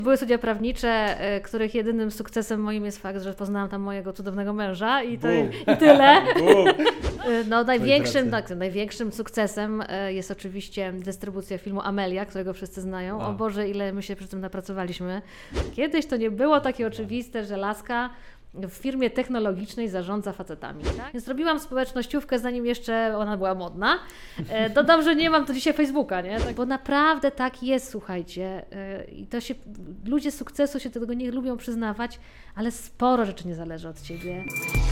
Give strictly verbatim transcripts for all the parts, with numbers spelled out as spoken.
Były studia prawnicze, których jedynym sukcesem moim jest fakt, że poznałam tam mojego cudownego męża i, to, i tyle. No, największym, tak, największym sukcesem jest oczywiście dystrybucja filmu Amelia, którego wszyscy znają. A. O Boże, ile my się przy tym napracowaliśmy. Kiedyś to nie było takie oczywiste, że laska w firmie technologicznej zarządza facetami. Tak? Więc robiłam społecznościówkę, zanim jeszcze ona była modna. E, to dobrze, nie mam to dzisiaj Facebooka, nie? Tak, bo naprawdę tak jest, słuchajcie. E, I to się, ludzie sukcesu się tego nie lubią przyznawać, ale sporo rzeczy nie zależy od Ciebie.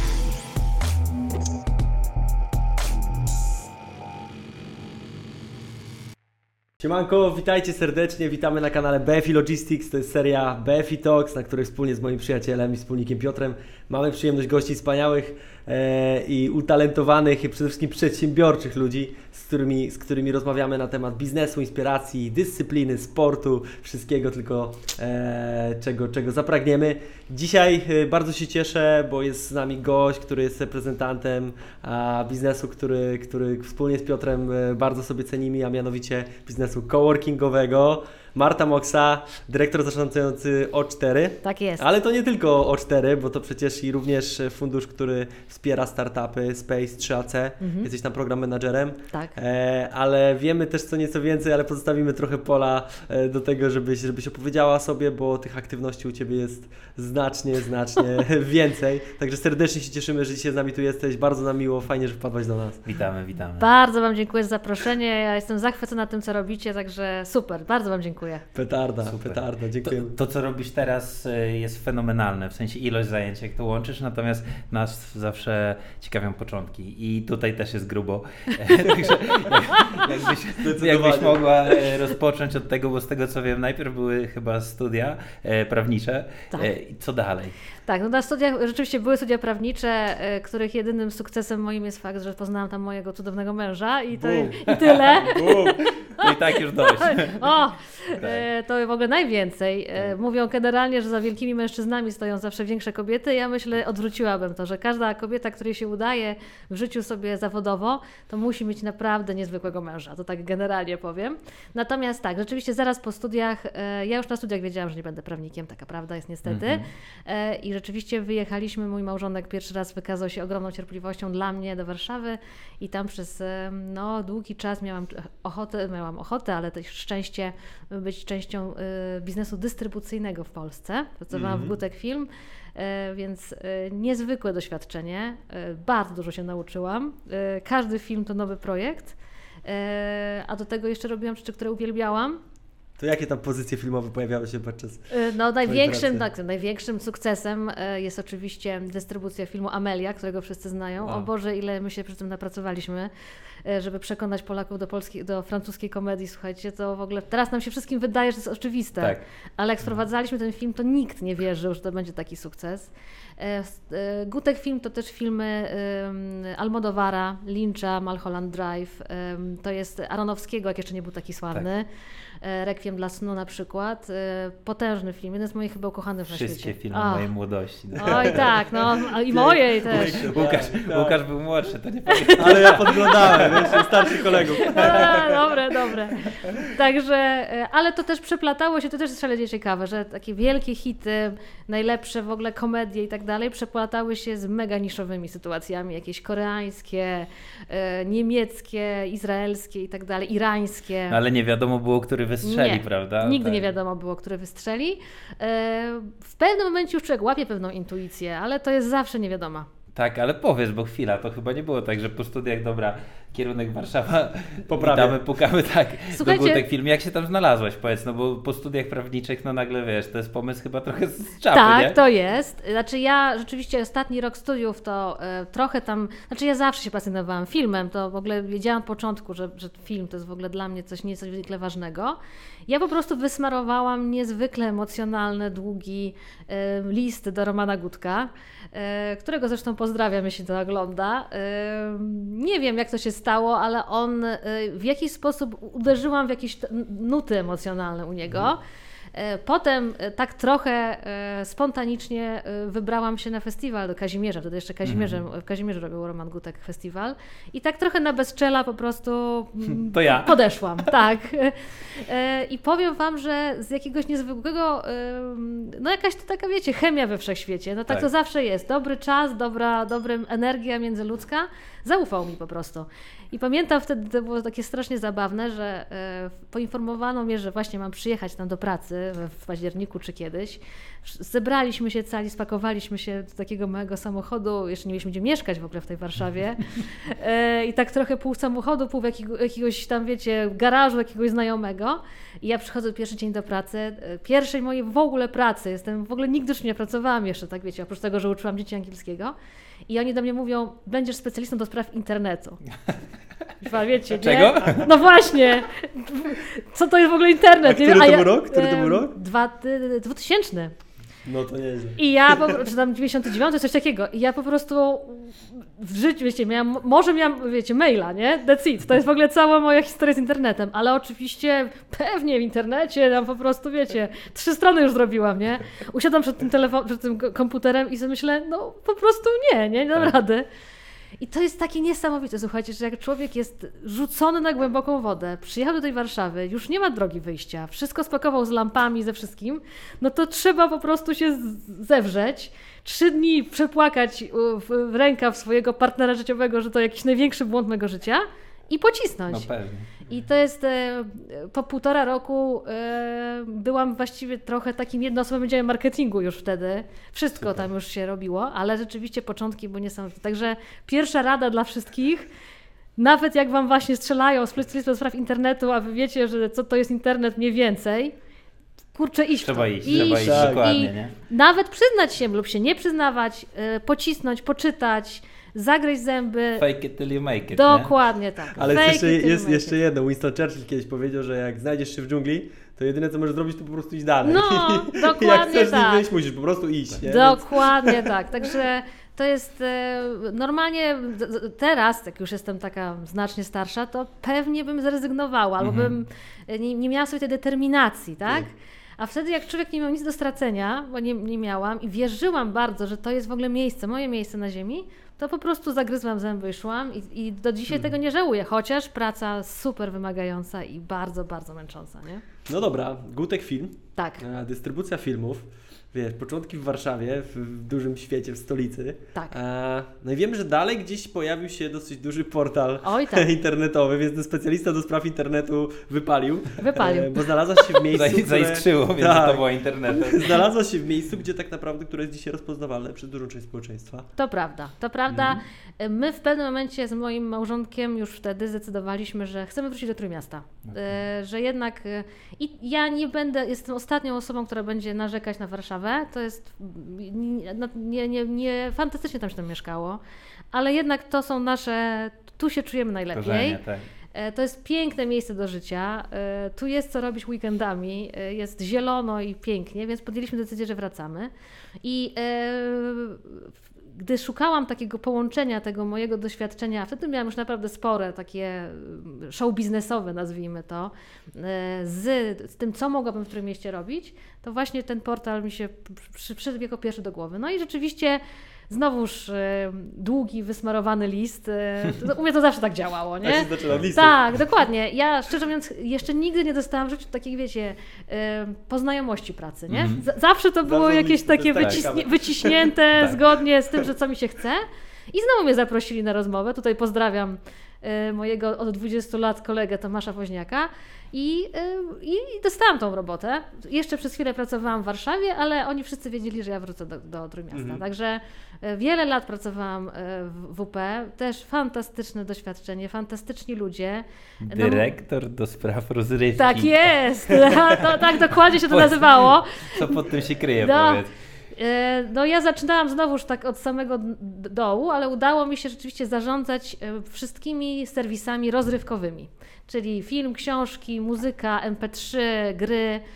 Siemanko, witajcie serdecznie, witamy na kanale B F I Logistics, to jest seria B F I Talks, na której wspólnie z moim przyjacielem i wspólnikiem Piotrem mamy przyjemność gościć wspaniałych e, i utalentowanych i przede wszystkim przedsiębiorczych ludzi, z którymi, z którymi rozmawiamy na temat biznesu, inspiracji, dyscypliny, sportu, wszystkiego tylko e, czego, czego zapragniemy. Dzisiaj e, bardzo się cieszę, bo jest z nami gość, który jest reprezentantem a, biznesu, który, który wspólnie z Piotrem e, bardzo sobie cenimy, a mianowicie biznesu coworkingowego. Marta Moksa, dyrektor zarządzający O cztery. Tak jest. Ale to nie tylko O cztery, bo to przecież i również fundusz, który wspiera startupy Space trzy A C. Mhm. Jesteś tam program menadżerem. Tak. E, ale wiemy też co nieco więcej, ale pozostawimy trochę pola e, do tego, żebyś, żebyś opowiedziała sobie, bo tych aktywności u Ciebie jest znacznie, znacznie więcej. Także serdecznie się cieszymy, że dzisiaj z nami tu jesteś. Bardzo nam miło, fajnie, że wpadłaś do nas. Witamy, witamy. Bardzo Wam dziękuję za zaproszenie. Ja jestem zachwycona tym, co robicie, także super. Bardzo Wam dziękuję. Petarda, Super. petarda, dziękuję. To, to, co robisz teraz jest fenomenalne, w sensie ilość zajęć, jak to łączysz, natomiast nas zawsze ciekawią początki i tutaj też jest grubo. Także jakbyś, jakbyś mogła rozpocząć od tego, bo z tego co wiem, najpierw były chyba studia prawnicze. Tak. Co dalej? Tak, no na studiach rzeczywiście były studia prawnicze, których jedynym sukcesem moim jest fakt, że poznałam tam mojego cudownego męża i, to, i tyle. No i tak już dość. O, e, to w ogóle najwięcej. E, mówią generalnie, że za wielkimi mężczyznami stoją zawsze większe kobiety. Ja myślę, odwróciłabym to, że każda kobieta, której się udaje w życiu sobie zawodowo, to musi mieć naprawdę niezwykłego męża. To tak generalnie powiem. Natomiast tak, rzeczywiście zaraz po studiach, e, ja już na studiach wiedziałam, że nie będę prawnikiem, taka prawda jest niestety. Mm-hmm. E, I rzeczywiście wyjechaliśmy, mój małżonek pierwszy raz wykazał się ogromną cierpliwością dla mnie do Warszawy i tam przez no, długi czas miałam ochotę, miałam ochotę, ale też szczęście być częścią y, biznesu dystrybucyjnego w Polsce. Pracowałam mm-hmm. w Gutek Film, y, więc y, niezwykłe doświadczenie. Y, bardzo dużo się nauczyłam. Y, każdy film to nowy projekt, y, a do tego jeszcze robiłam rzeczy, które uwielbiałam. To jakie tam pozycje filmowe pojawiały się podczas No największym, tak, największym sukcesem jest oczywiście dystrybucja filmu Amelia, którego wszyscy znają. A. O Boże, ile my się przy tym napracowaliśmy, żeby przekonać Polaków do polskiej, do francuskiej komedii. Słuchajcie, to w ogóle teraz nam się wszystkim wydaje, że to jest oczywiste. Tak. Ale jak sprowadzaliśmy ten film, to nikt nie wierzył, że to będzie taki sukces. Gutek Film to też filmy Almodovara, Lyncha, Mulholland Drive. To jest Aronofskiego, jak jeszcze nie był taki sławny. Tak. Requiem dla snu na przykład. Potężny film, jeden z moich chyba ukochanych na świecie. Wszystkie filmy oh. mojej młodości. No. Oj tak, no i mojej też. Łukasz, Łukasz był młodszy, to nie powiem. Ale ja podglądałem, wiesz, starszych kolegów. A, dobre, dobre. Także, ale to też przeplatało się, to też jest szalenie ciekawe, że takie wielkie hity, najlepsze w ogóle komedie i tak dalej, przeplatały się z mega niszowymi sytuacjami, jakieś koreańskie, e, niemieckie, izraelskie i tak dalej, irańskie. No, ale nie wiadomo było, który wystrzeli, nie, prawda? Nigdy tak. nie wiadomo było, który wystrzeli. E, w pewnym momencie już człowiek łapie pewną intuicję, ale to jest zawsze niewiadoma. Tak, ale powiedz, bo chwila, to chyba nie było tak, że po studiach, dobra, kierunek Warszawa, witamy, pukamy, tak, Słuchajcie, do Gutek Film. Jak się tam znalazłaś, powiedz, no bo po studiach prawniczych, no nagle, wiesz, to jest pomysł chyba trochę z czapy, tak, nie? Tak, to jest. Znaczy ja rzeczywiście ostatni rok studiów to e, trochę tam, znaczy ja zawsze się pasjonowałam filmem, to w ogóle wiedziałam od początku, że, że film to jest w ogóle dla mnie coś niezwykle ważnego. Ja po prostu wysmarowałam niezwykle emocjonalny, długi e, list do Romana Gutka, e, którego zresztą pozdrawiam, jeśli to ogląda. E, nie wiem, jak to się stało, ale on e, w jakiś sposób uderzyłam w jakieś nuty emocjonalne u niego. Potem tak trochę spontanicznie wybrałam się na festiwal do Kazimierza, wtedy jeszcze Kazimierzem, w Kazimierzu robił Roman Gutek festiwal i tak trochę na bezczela po prostu to ja. podeszłam. Tak. I powiem Wam, że z jakiegoś niezwykłego, no jakaś to taka, wiecie, chemia we wszechświecie, no tak, tak. to zawsze jest. Dobry czas, dobra, dobra energia międzyludzka, zaufał mi po prostu. I pamiętam wtedy, to było takie strasznie zabawne, że e, poinformowano mnie, że właśnie mam przyjechać tam do pracy w październiku czy kiedyś. Zebraliśmy się cali, spakowaliśmy się do takiego małego samochodu, jeszcze nie mieliśmy gdzie mieszkać w ogóle w tej Warszawie. E, I tak trochę pół samochodu, pół jakiego, jakiegoś tam, wiecie, garażu jakiegoś znajomego. I ja przychodzę pierwszy dzień do pracy, pierwszej mojej w ogóle pracy, jestem, w ogóle nigdy już nie pracowałam jeszcze, tak wiecie, oprócz tego, że uczyłam dzieci angielskiego. I oni do mnie mówią, będziesz specjalistą do spraw internetu. Chyba wiecie, nie? Czego? No właśnie. Co to jest w ogóle internet? A który to był rok? Który to był rok? Dwa, dwutysięczny. No to nieźle. I ja, po, czy tam dziewięćdziesiąty dziewiąty, coś takiego. I ja po prostu w życiu, wiecie, miałam, może miałam, wiecie, maila, nie? That's it. To jest w ogóle cała moja historia z internetem. Ale oczywiście pewnie w internecie tam po prostu, wiecie, trzy strony już zrobiłam, nie? Usiadłam przed tym telefonem, przed tym komputerem i sobie myślę, no po prostu nie, nie, nie dam rady. I to jest takie niesamowite, słuchajcie, że jak człowiek jest rzucony na głęboką wodę, przyjechał do tej Warszawy, już nie ma drogi wyjścia, wszystko spakował z lampami, ze wszystkim, no to trzeba po prostu się zewrzeć, trzy dni przepłakać w rękaw swojego partnera życiowego, że to jakiś największy błąd mego życia i pocisnąć. No pewnie. I to jest, e, po półtora roku e, byłam właściwie trochę takim jednoosobowym działem marketingu już wtedy. Wszystko Super. Tam już się robiło, ale rzeczywiście początki były niesamowite. Także pierwsza rada dla wszystkich, nawet jak Wam właśnie strzelają specjalistów do spraw internetu, a Wy wiecie, że co to jest internet mniej więcej, kurczę, iść Trzeba w to. iść, iść, trzeba iść tak. dokładnie, I nie? nawet przyznać się lub się nie przyznawać, e, pocisnąć, poczytać, zagryźć zęby. Fake it till you make it. Dokładnie nie? tak. Ale Fake jest, jeszcze, it till jest you make jeszcze it. jedno. Winston Churchill kiedyś powiedział, że jak znajdziesz się w dżungli, to jedyne co możesz zrobić, to po prostu iść dalej. No, I dokładnie jak chcesz tak. z nim wyjść, musisz po prostu iść. Nie? Dokładnie Więc... tak. Także to jest e, normalnie teraz, jak już jestem taka znacznie starsza, to pewnie bym zrezygnowała, albo Mhm. bym nie, nie miała sobie tej determinacji, tak? A wtedy jak człowiek nie miał nic do stracenia, bo nie, nie miałam i wierzyłam bardzo, że to jest w ogóle miejsce, moje miejsce na ziemi, to po prostu zagryzłam zęby i szłam i, i do dzisiaj Hmm. tego nie żałuję, chociaż praca super wymagająca i bardzo, bardzo męcząca, nie? No dobra, Gutek Film, Tak, a, dystrybucja filmów, wiesz, początki w Warszawie, w, w dużym świecie, w stolicy. tak. A, no i wiem, że dalej gdzieś pojawił się dosyć duży portal Oj, tak. internetowy, więc ten specjalista do spraw internetu wypalił. Wypalił. E, bo znalazłaś się w miejscu, Zai- które... Zaiskrzyło, więc Tak. to było internetem. Znalazłaś się w miejscu, gdzie tak naprawdę, które jest dzisiaj rozpoznawalne przez dużą część społeczeństwa. To prawda, to prawda. Mhm. My w pewnym momencie z moim małżonkiem już wtedy zdecydowaliśmy, że chcemy wrócić do Trójmiasta. E, że jednak e, i ja nie będę, jestem ostatnią osobą, która będzie narzekać na Warszawę. To jest no, nie, nie, nie fantastycznie tam się tam mieszkało, ale jednak to są nasze, tu się czujemy najlepiej. Korzenie, tak. E, To jest piękne miejsce do życia. E, Tu jest co robić weekendami. E, Jest zielono i pięknie, więc podjęliśmy decyzję, że wracamy. I e, gdy szukałam takiego połączenia tego mojego doświadczenia, a wtedy miałam już naprawdę spore takie show biznesowe, nazwijmy to, e, z, z tym, co mogłabym w Trójmieście robić, to właśnie ten portal mi się przy- przyszedł jako pierwszy do głowy. No i rzeczywiście znowuż e, długi, wysmarowany list. E, to, u mnie to zawsze tak działało, nie? Tak się zaczyna od listów. Tak, dokładnie. Ja szczerze mówiąc jeszcze nigdy nie dostałam w życiu takiej, wiecie, e, poznajomości pracy, nie? Mhm. Z- zawsze to było Zawsze jakieś listy, to takie jest tak, wyciśnie, ciekawe. wyciśnięte Tak. zgodnie z tym, że co mi się chce. I znowu mnie zaprosili na rozmowę. Tutaj pozdrawiam e, mojego od dwudziestu lat kolegę Tomasza Woźniaka. I, e, I dostałam tą robotę. Jeszcze przez chwilę pracowałam w Warszawie, ale oni wszyscy wiedzieli, że ja wrócę do, do Trójmiasta. Mhm. Także e, wiele lat pracowałam e, w W P. Też fantastyczne doświadczenie, fantastyczni ludzie. No, Dyrektor do spraw rozrywki. tak jest! To, tak dokładnie się to Powiedz- nazywało. Co pod tym się kryje, No. powiedz. E, No ja zaczynałam znowuż tak od samego d- dołu, ale udało mi się rzeczywiście zarządzać e, wszystkimi serwisami rozrywkowymi, czyli film, książki, muzyka, em pe trzy, gry.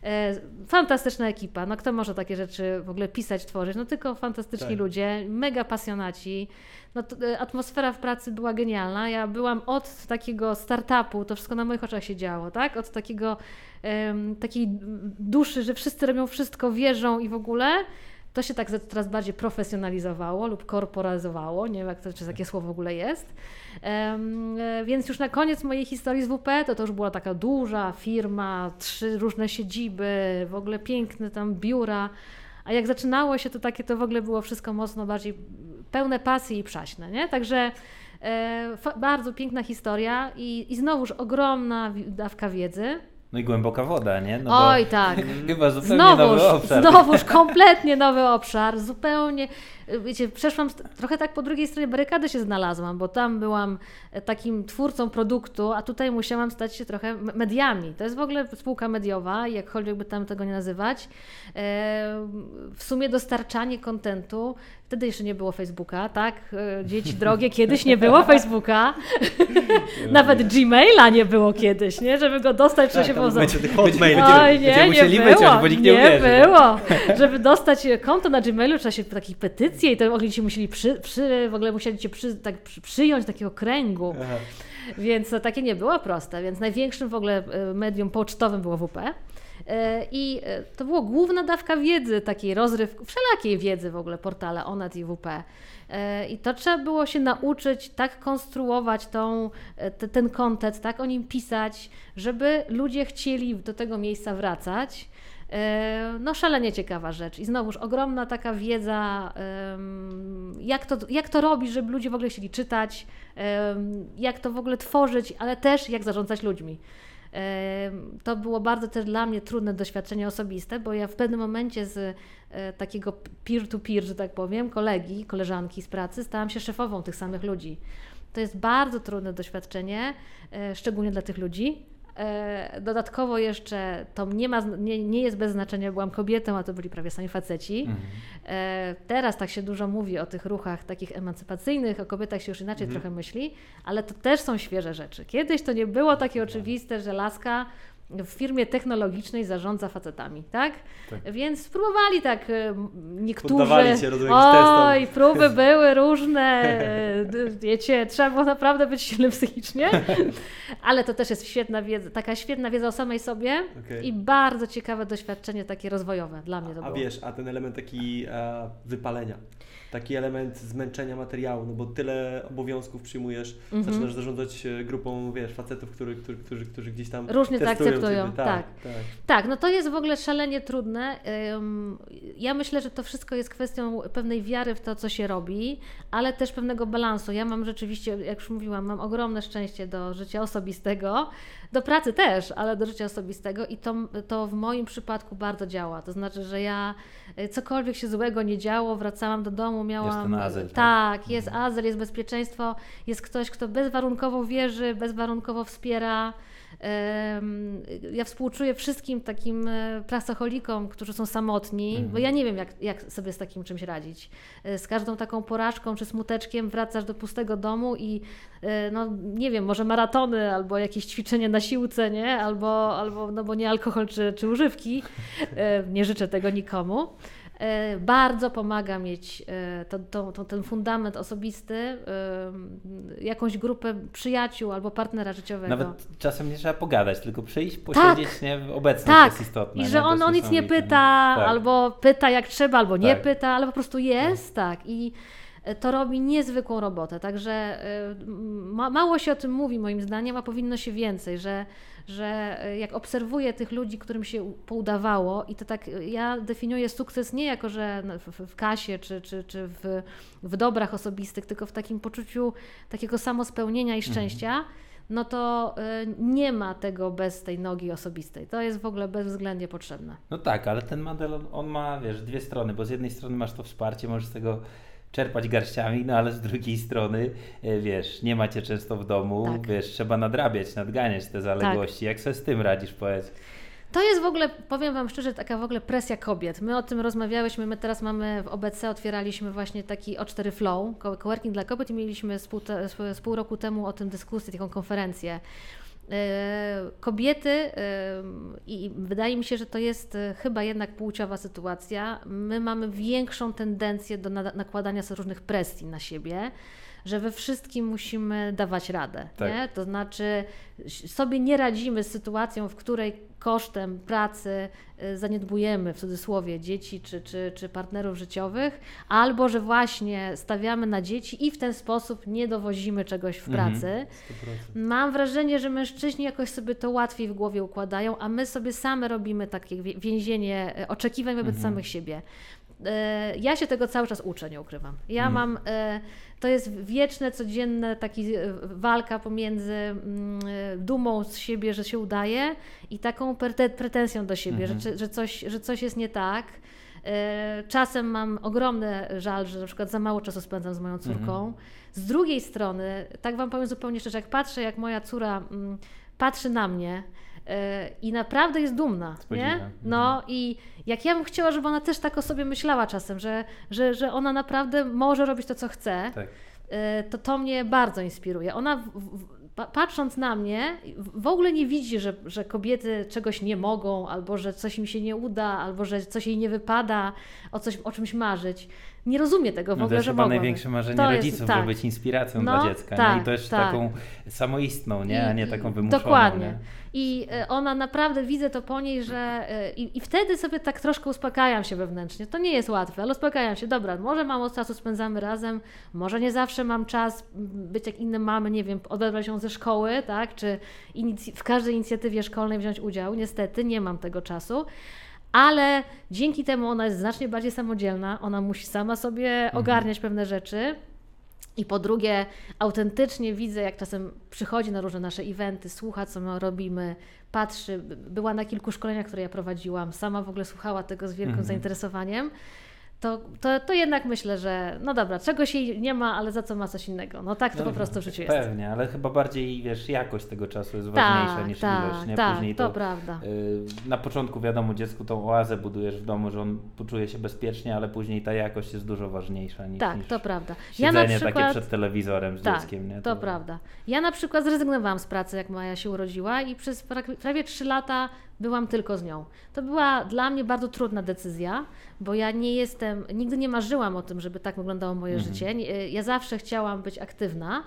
Fantastyczna ekipa, no kto może takie rzeczy w ogóle pisać, tworzyć, no tylko fantastyczni Tak. ludzie, mega pasjonaci. No to, atmosfera w pracy była genialna. Ja byłam od takiego startupu, to wszystko na moich oczach się działo, tak? Od takiego um, takiej duszy, że wszyscy robią wszystko, wierzą i w ogóle. To się tak coraz bardziej profesjonalizowało lub korporatyzowało, nie wiem jak to, czy takie słowo w ogóle jest. Um, więc już na koniec mojej historii z W P to to już była taka duża firma, trzy różne siedziby, w ogóle piękne tam biura. A jak zaczynało się to takie, to w ogóle było wszystko mocno bardziej pełne pasji i przaśne, nie? Także e, fa- bardzo piękna historia i, i znowuż ogromna wi- dawka wiedzy. No i głęboka woda, nie? No Oj bo tak. chyba zupełnie Znowuż, nowy obszar. znowuż kompletnie nowy obszar, zupełnie, wiecie, przeszłam, trochę tak po drugiej stronie barykady się znalazłam, bo tam byłam takim twórcą produktu, a tutaj musiałam stać się trochę mediami. To jest w ogóle spółka mediowa, jakkolwiek by tam tego nie nazywać. W sumie dostarczanie kontentu, wtedy jeszcze nie było Facebooka, tak? Dzieci drogie, kiedyś nie było Facebooka. Nawet Gmaila nie było kiedyś, nie? Żeby go dostać, trzeba się było... Będzie tych hotmail. Oj, nie, będziemy nie musieli było, wyciąć, bo nikt nie nie uwierzy. było. Żeby dostać konto na Gmailu, trzeba się takiej petycji i to w ogóle ci musieli przy, przy, w ogóle musieli cię przy, tak przy, przyjąć takiego kręgu. Aha. Więc to takie nie było proste. Więc największym w ogóle medium pocztowym było W P. I to była główna dawka wiedzy, takiej rozryw, wszelakiej wiedzy w ogóle, portale Onet i W P. I to trzeba było się nauczyć tak konstruować tą, te, ten content, tak o nim pisać, żeby ludzie chcieli do tego miejsca wracać. No szalenie ciekawa rzecz i znowuż ogromna taka wiedza, jak to, jak to robić, żeby ludzie w ogóle chcieli czytać, jak to w ogóle tworzyć, ale też jak zarządzać ludźmi. To było bardzo też dla mnie trudne doświadczenie osobiste, bo ja w pewnym momencie z takiego peer-to-peer, że tak powiem, kolegi, koleżanki z pracy, stałam się szefową tych samych ludzi. To jest bardzo trudne doświadczenie, szczególnie dla tych ludzi. Dodatkowo jeszcze to nie, ma, nie, nie jest bez znaczenia, byłam kobietą, a to byli prawie sami faceci. Mhm. Teraz tak się dużo mówi o tych ruchach takich emancypacyjnych, o kobietach się już inaczej mhm. trochę myśli, ale to też są świeże rzeczy. Kiedyś to nie było takie oczywiste, że laska w firmie technologicznej zarządza facetami, tak? tak. Więc spróbowali tak niektórzy... Poddawali się rozumiem Oj, testom. próby były różne, wiecie, trzeba było naprawdę być silnym psychicznie, ale to też jest świetna wiedza, taka świetna wiedza o samej sobie okay. i bardzo ciekawe doświadczenie takie rozwojowe dla mnie to a, było. A wiesz, a ten element taki e, wypalenia, taki element zmęczenia materiału, no bo tyle obowiązków przyjmujesz, mm-hmm. zaczynasz zarządzać grupą, wiesz, facetów, który, który, którzy, którzy gdzieś tam różnie to akceptują. Tak, tak, tak. Tak, no to jest w ogóle szalenie trudne. Ja myślę, że to wszystko jest kwestią pewnej wiary w to, co się robi, ale też pewnego balansu. Ja mam rzeczywiście, jak już mówiłam, mam ogromne szczęście do życia osobistego, do pracy też, ale do życia osobistego i to, to w moim przypadku bardzo działa. To znaczy, że ja cokolwiek się złego nie działo, wracałam do domu, miałam... Jest ten azyl. Tak, tak jest azyl, jest bezpieczeństwo, jest ktoś, kto bezwarunkowo wierzy, bezwarunkowo wspiera. Ja współczuję wszystkim takim pracocholikom, którzy są samotni, mhm. bo ja nie wiem, jak, jak sobie z takim czymś radzić. Z każdą taką porażką czy smuteczkiem wracasz do pustego domu i no nie wiem, może maratony albo jakieś ćwiczenie na siłce, nie? Albo, albo no bo nie alkohol czy, czy używki. Nie życzę tego nikomu. Bardzo pomaga mieć to, to, to, ten fundament osobisty, jakąś grupę przyjaciół albo partnera życiowego. Nawet czasem nie trzeba pogadać, tylko przyjść, posiedzieć, tak, nie? Obecność tak. jest istotna. I że on o nic nie pyta, tak. albo pyta jak trzeba, albo nie tak. pyta, ale po prostu jest, tak. tak. I to robi niezwykłą robotę, także ma, mało się o tym mówi moim zdaniem, a powinno się więcej, że, że jak obserwuję tych ludzi, którym się poudawało i to tak, ja definiuję sukces nie jako, że w, w kasie czy, czy, czy w, w dobrach osobistych, tylko w takim poczuciu takiego samospełnienia i szczęścia, mhm. no to nie ma tego bez tej nogi osobistej. To jest w ogóle bezwzględnie potrzebne. No tak, ale ten model, on ma, wiesz, dwie strony, bo z jednej strony masz to wsparcie, możesz z tego czerpać garściami, no ale z drugiej strony, wiesz, nie macie często w domu, tak. wiesz, trzeba nadrabiać, nadganiać te zaległości. Tak. Jak sobie z tym radzisz, powiedz? To jest w ogóle, powiem Wam szczerze, taka w ogóle presja kobiet. My o tym rozmawiałyśmy, my teraz mamy w O B C, otwieraliśmy właśnie taki O cztery Flow, coworking dla kobiet i mieliśmy z pół, te, z pół roku temu o tym dyskusję, taką konferencję. kobiety i wydaje mi się, że to jest chyba jednak płciowa sytuacja. My mamy większą tendencję do nakładania sobie różnych presji na siebie, że we wszystkim musimy dawać radę. Tak. Nie? To znaczy sobie nie radzimy z sytuacją, w której kosztem pracy zaniedbujemy w cudzysłowie dzieci czy, czy, czy partnerów życiowych, albo że właśnie stawiamy na dzieci i w ten sposób nie dowozimy czegoś w pracy. Mhm, sto procent. Mam wrażenie, że mężczyźni jakoś sobie to łatwiej w głowie układają, a my sobie same robimy takie więzienie oczekiwań wobec Mhm. samych siebie. Ja się tego cały czas uczę, nie ukrywam. Ja Mhm. mam, to jest wieczne, codzienne taki walka pomiędzy dumą z siebie, że się udaje i taką pretensją do siebie, Mhm. że, że, coś, że coś jest nie tak. Czasem mam ogromny żal, że na przykład za mało czasu spędzam z moją córką. Mhm. Z drugiej strony, tak Wam powiem zupełnie szczerze, jak patrzę, jak moja córa mm, patrzy na mnie yy, i naprawdę jest dumna, nie? Mhm. No i jak ja bym chciała, żeby ona też tak o sobie myślała czasem, że, że, że ona naprawdę może robić to, co chce, Tak. yy, to to mnie bardzo inspiruje. Ona w, w, patrząc na mnie, w ogóle nie widzi, że, że kobiety czegoś nie mogą, albo że coś im się nie uda, albo że coś jej nie wypada, o, coś, o czymś marzyć. Nie rozumie tego w No to ogóle, jest że chyba mogłaby. największe marzenie To jest- rodziców, tak. żeby być inspiracją No, dla dziecka. tak, nie? I też tak. taką samoistną, nie? A nie taką wymuszoną. Dokładnie. Nie? I e, ona naprawdę, widzę to po niej, że e, i, i wtedy sobie tak troszkę uspokajam się wewnętrznie. To nie jest łatwe, ale uspokajam się. Dobra, może mało czasu spędzamy razem, może nie zawsze mam czas być jak inne mamy, nie wiem, odebrać ją ze szkoły, tak? Czy inic- w każdej inicjatywie szkolnej wziąć udział. Niestety nie mam tego czasu. Ale dzięki temu ona jest znacznie bardziej samodzielna, ona musi sama sobie ogarniać pewne rzeczy. I po drugie, autentycznie widzę, jak czasem przychodzi na różne nasze eventy, słucha, co my robimy, patrzy, była na kilku szkoleniach, które ja prowadziłam, sama w ogóle słuchała tego z wielkim Mhm. zainteresowaniem. To, to, to jednak myślę, że no dobra, czegoś jej nie ma, ale za co ma coś innego. No tak to No, po prostu w życiu jest. Pewnie, ale chyba bardziej, wiesz, jakość tego czasu jest Tak, ważniejsza niż tak, ilość, nie? tak, Później to to, prawda. y, na początku wiadomo, dziecku tą oazę budujesz w domu, że on poczuje się bezpiecznie, ale później ta jakość jest dużo ważniejsza niż, Tak, niż to prawda. siedzenie Ja na takie przykład, przed telewizorem z tak, dzieckiem, nie? to prawda. Ja na przykład zrezygnowałam z pracy, jak Maja się urodziła i przez pra- prawie trzy lata byłam tylko z nią. To była dla mnie bardzo trudna decyzja, bo ja nie jestem, nigdy nie marzyłam o tym, żeby tak wyglądało moje Mhm. życie. Nie- Ja zawsze chciałam być aktywna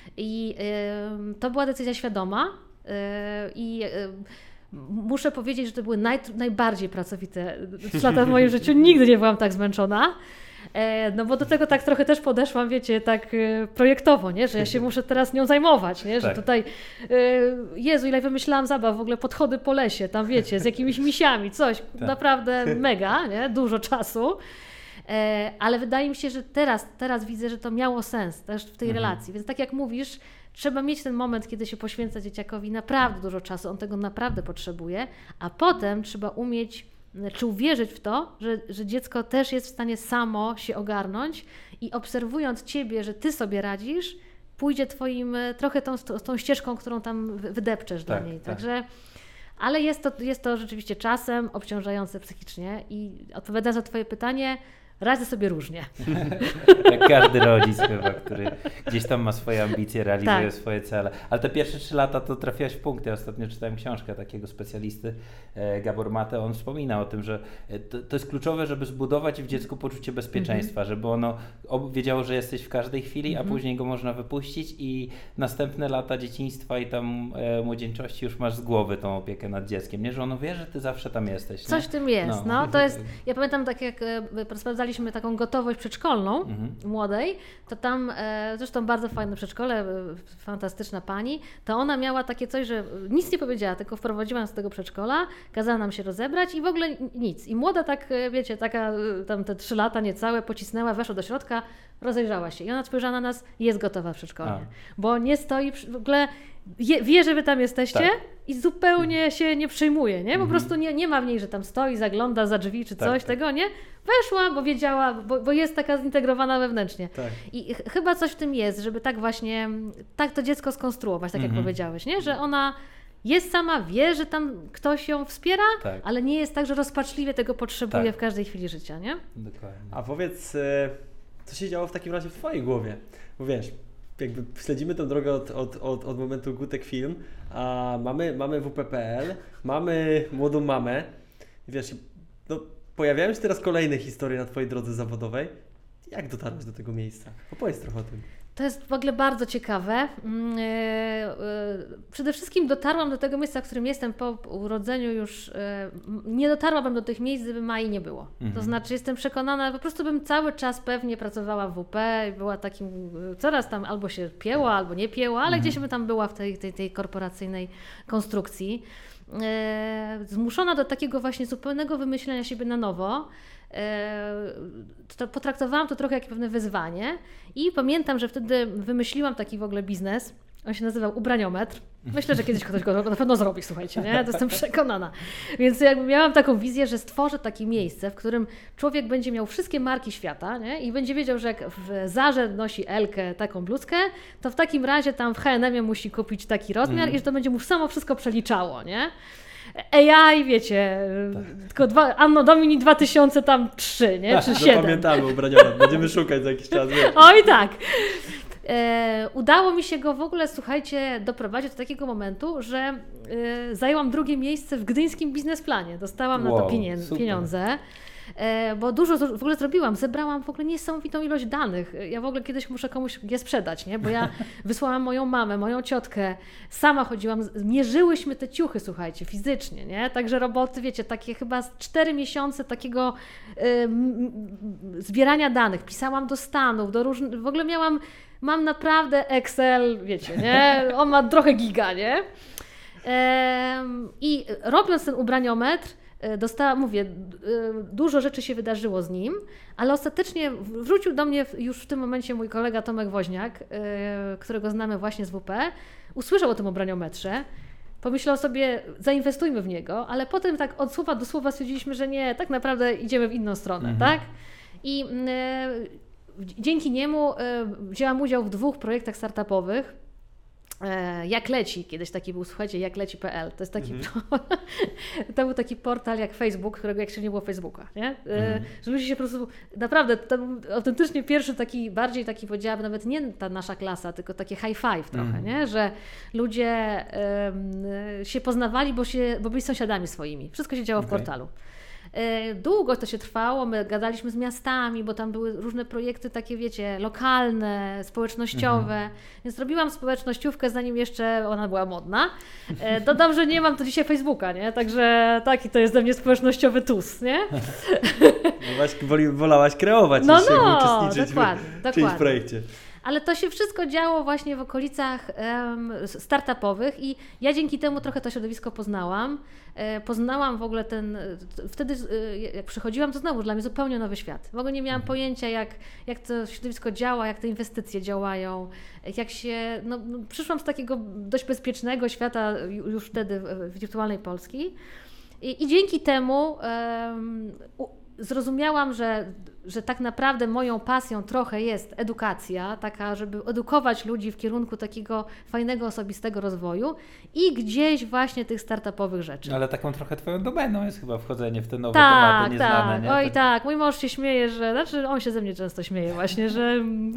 i y, to była decyzja świadoma y, i y, muszę powiedzieć, że to były naj, najbardziej pracowite trzy lata w moim życiu. Nigdy nie byłam tak zmęczona. E, No bo do tego tak trochę też podeszłam, wiecie, tak e, projektowo, nie? Że ja się muszę teraz nią zajmować, nie? Że Tak. tutaj, e, Jezu, ile wymyślałam zabaw, w ogóle podchody po lesie, tam wiecie, z jakimiś misiami, coś, naprawdę mega, nie? Dużo czasu. E, ale wydaje mi się, że teraz, teraz widzę, że to miało sens też w tej Mhm. relacji, więc tak jak mówisz, trzeba mieć ten moment, kiedy się poświęca dzieciakowi naprawdę dużo czasu, on tego naprawdę potrzebuje, a potem trzeba umieć czy uwierzyć w to, że, że dziecko też jest w stanie samo się ogarnąć i obserwując Ciebie, że Ty sobie radzisz, pójdzie Twoim, e, trochę tą, tą ścieżką, którą tam wy- wydepczesz dla Tak, niej. tak. Także, ale jest to, jest to rzeczywiście czasem obciążające psychicznie i odpowiadając na Twoje pytanie, radzę sobie różnie. Jak każdy rodzic chyba, który gdzieś tam ma swoje ambicje, realizuje Tak. swoje cele. Ale te pierwsze trzy lata to trafiłaś w punkt. Ja ostatnio czytałem książkę takiego specjalisty, e, Gabor Mate. On wspomina o tym, że e, to, to jest kluczowe, żeby zbudować w dziecku poczucie bezpieczeństwa, żeby ono ob- wiedziało, że jesteś w każdej chwili, a później go można wypuścić i następne lata dzieciństwa i tam e, młodzieńczości już masz z głowy tą opiekę nad dzieckiem, nie? Że ono wie, że ty zawsze tam jesteś. Coś w nie? tym jest. No. No. To jest. Ja pamiętam, tak jak e, sprawdzaliśmy taką gotowość przedszkolną Mhm. młodej, to tam e, zresztą bardzo fajne przedszkole, e, fantastyczna pani, to ona miała takie coś, że nic nie powiedziała, tylko wprowadziła nas do tego przedszkola, kazała nam się rozebrać i w ogóle nic. I młoda tak, e, wiecie, taka e, tam te trzy lata niecałe, pocisnęła, weszła do środka, rozejrzała się i ona spojrzała na nas, jest gotowa w przedszkolu. A. Bo nie stoi, przy- w ogóle je, wie, że wy tam jesteście Tak. i zupełnie się nie przejmuje, nie? Po Mhm. prostu nie, nie ma w niej, że tam stoi, zagląda za drzwi czy Tak, coś, tak. tego nie. Weszła, bo wiedziała, bo, bo jest taka zintegrowana wewnętrznie. Tak. I ch- chyba coś w tym jest, żeby tak właśnie, tak to dziecko skonstruować, tak jak Mhm. powiedziałeś, nie? Że ona jest sama, wie, że tam ktoś ją wspiera, Tak. ale nie jest tak, że rozpaczliwie tego potrzebuje Tak. w każdej chwili życia, nie? Dokładnie. A powiedz, e, co się działo w takim razie w Twojej głowie? Bo wiesz, jakby śledzimy tę drogę od, od, od, od momentu Gutek Film, a mamy, mamy W P P L, mamy Młodą Mamę. Wiesz, no, pojawiają się teraz kolejne historie na Twojej drodze zawodowej. Jak dotarłeś do tego miejsca? Opowiedz trochę o tym. To jest w ogóle bardzo ciekawe. Przede wszystkim dotarłam do tego miejsca, w którym jestem po urodzeniu już. Nie dotarłabym do tych miejsc, gdyby Mai nie było. Mhm. To znaczy jestem przekonana, po prostu bym cały czas pewnie pracowała w W P, była takim, coraz tam albo się pięła, albo nie pięła, ale mhm. gdzieś bym tam była w tej, tej, tej korporacyjnej konstrukcji. Zmuszona do takiego właśnie zupełnego wymyślenia siebie na nowo. To potraktowałam to trochę jak pewne wyzwanie i pamiętam, że wtedy wymyśliłam taki w ogóle biznes. On się nazywał Ubraniometr. Myślę, że kiedyś ktoś go na pewno zrobi, słuchajcie, nie? To jestem przekonana. Więc jakby miałam taką wizję, że stworzę takie miejsce, w którym człowiek będzie miał wszystkie marki świata, nie? I będzie wiedział, że jak w Zarze nosi Elkę taką bluzkę, to w takim razie tam w H and M musi kupić taki rozmiar mm. i że to będzie mu samo wszystko przeliczało, nie? A I, wiecie, tak. tylko dwa, Anno Domini dwa tysiące trzy, nie? Tak, czy siedem. Zapamiętamy Ubraniometr, będziemy szukać za jakiś czas. Wiesz. Oj tak. E, udało mi się go w ogóle, słuchajcie, doprowadzić do takiego momentu, że e, zajęłam drugie miejsce w gdyńskim biznesplanie. Dostałam wow, na to pienię- pieniądze. Bo dużo w ogóle zrobiłam, zebrałam w ogóle niesamowitą ilość danych. Ja w ogóle kiedyś muszę komuś je sprzedać, nie? Bo ja wysłałam moją mamę, moją ciotkę, sama chodziłam, mierzyłyśmy te ciuchy, słuchajcie, fizycznie, nie? Także roboty, wiecie, takie chyba cztery miesiące takiego y, zbierania danych. Pisałam do Stanów, do różnych, w ogóle miałam, mam naprawdę Excel, wiecie, nie? On ma trochę giga, nie? Ym, I robiąc ten ubraniometr, dostałam, mówię, dużo rzeczy się wydarzyło z nim, ale ostatecznie wrócił do mnie już w tym momencie mój kolega Tomek Woźniak, którego znamy właśnie z W P, usłyszał o tym ubraniometrze, pomyślał sobie, zainwestujmy w niego, ale potem tak od słowa do słowa stwierdziliśmy, że nie, tak naprawdę idziemy w inną stronę, mhm. tak? I y, dzięki niemu y, wzięłam udział w dwóch projektach startupowych. Jak leci, kiedyś taki był, słuchajcie, jak leci kropka pe el. To jest taki, mm-hmm. to był taki portal jak Facebook, którego jeszcze nie było Facebooka, nie? Mm-hmm. Że ludzie się po prostu, naprawdę, to był autentycznie pierwszy taki, bardziej taki powiedziałabym, nawet nie ta nasza klasa, tylko takie high five trochę, mm-hmm. nie? Że ludzie um, się poznawali, bo, się, bo byli sąsiadami swoimi. Wszystko się działo okay. w portalu. Długo to się trwało, my gadaliśmy z miastami, bo tam były różne projekty takie, wiecie, lokalne, społecznościowe, mhm. więc robiłam społecznościówkę, zanim jeszcze ona była modna. Dodam, że nie mam tu dzisiaj Facebooka, nie? Także taki to jest dla mnie społecznościowy tus, nie? No wolałaś kreować, no, niż no, uczestniczyć dokładnie, w dokładnie. czyimś projekcie. Ale to się wszystko działo właśnie w okolicach um, startupowych i ja dzięki temu trochę to środowisko poznałam. E, poznałam w ogóle ten, wtedy e, jak przychodziłam, to znowu dla mnie zupełnie nowy świat. W ogóle nie miałam pojęcia, jak, jak to środowisko działa, jak te inwestycje działają, jak się, no, przyszłam z takiego dość bezpiecznego świata już wtedy wirtualnej Polski i, i dzięki temu um, u, zrozumiałam, że, że tak naprawdę moją pasją trochę jest edukacja, taka, żeby edukować ludzi w kierunku takiego fajnego, osobistego rozwoju i gdzieś właśnie tych startupowych rzeczy. Ale taką trochę twoją domeną jest chyba wchodzenie w te nowe tak, tematy nieznane. Tak, nie? oj tak. tak, mój mąż się śmieje, że, znaczy on się ze mnie często śmieje właśnie, że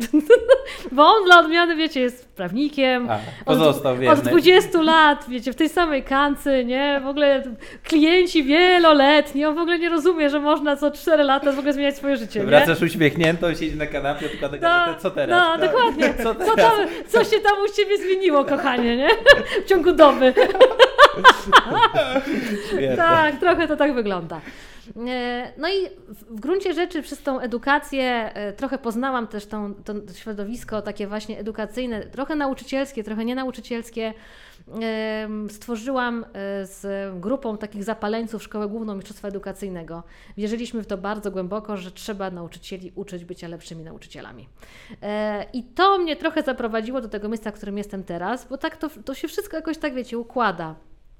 bo on dla odmiany, wiecie, jest prawnikiem, A, pozostał od, od dwudziestu lat, wiecie, w tej samej kancy, nie, w ogóle klienci wieloletni, on w ogóle nie rozumie, że można co cztery lata w ogóle zmieniać swoje życie. Wracasz uśmiechniętą, siedzisz na kanapie, tylko tak, no, co teraz? No, tak? dokładnie. Co, teraz? Co, tam, co się tam u Ciebie zmieniło, kochanie, nie? W ciągu doby. Tak, trochę to tak wygląda. No i w gruncie rzeczy przez tą edukację trochę poznałam też tą, to środowisko takie właśnie edukacyjne, trochę nauczycielskie, trochę nienauczycielskie. Stworzyłam z grupą takich zapaleńców Szkołę Główną Mistrzostwa Edukacyjnego. Wierzyliśmy w to bardzo głęboko, że trzeba nauczycieli uczyć bycia lepszymi nauczycielami. I to mnie trochę zaprowadziło do tego miejsca, w którym jestem teraz, bo tak to, to się wszystko jakoś tak, wiecie, układa.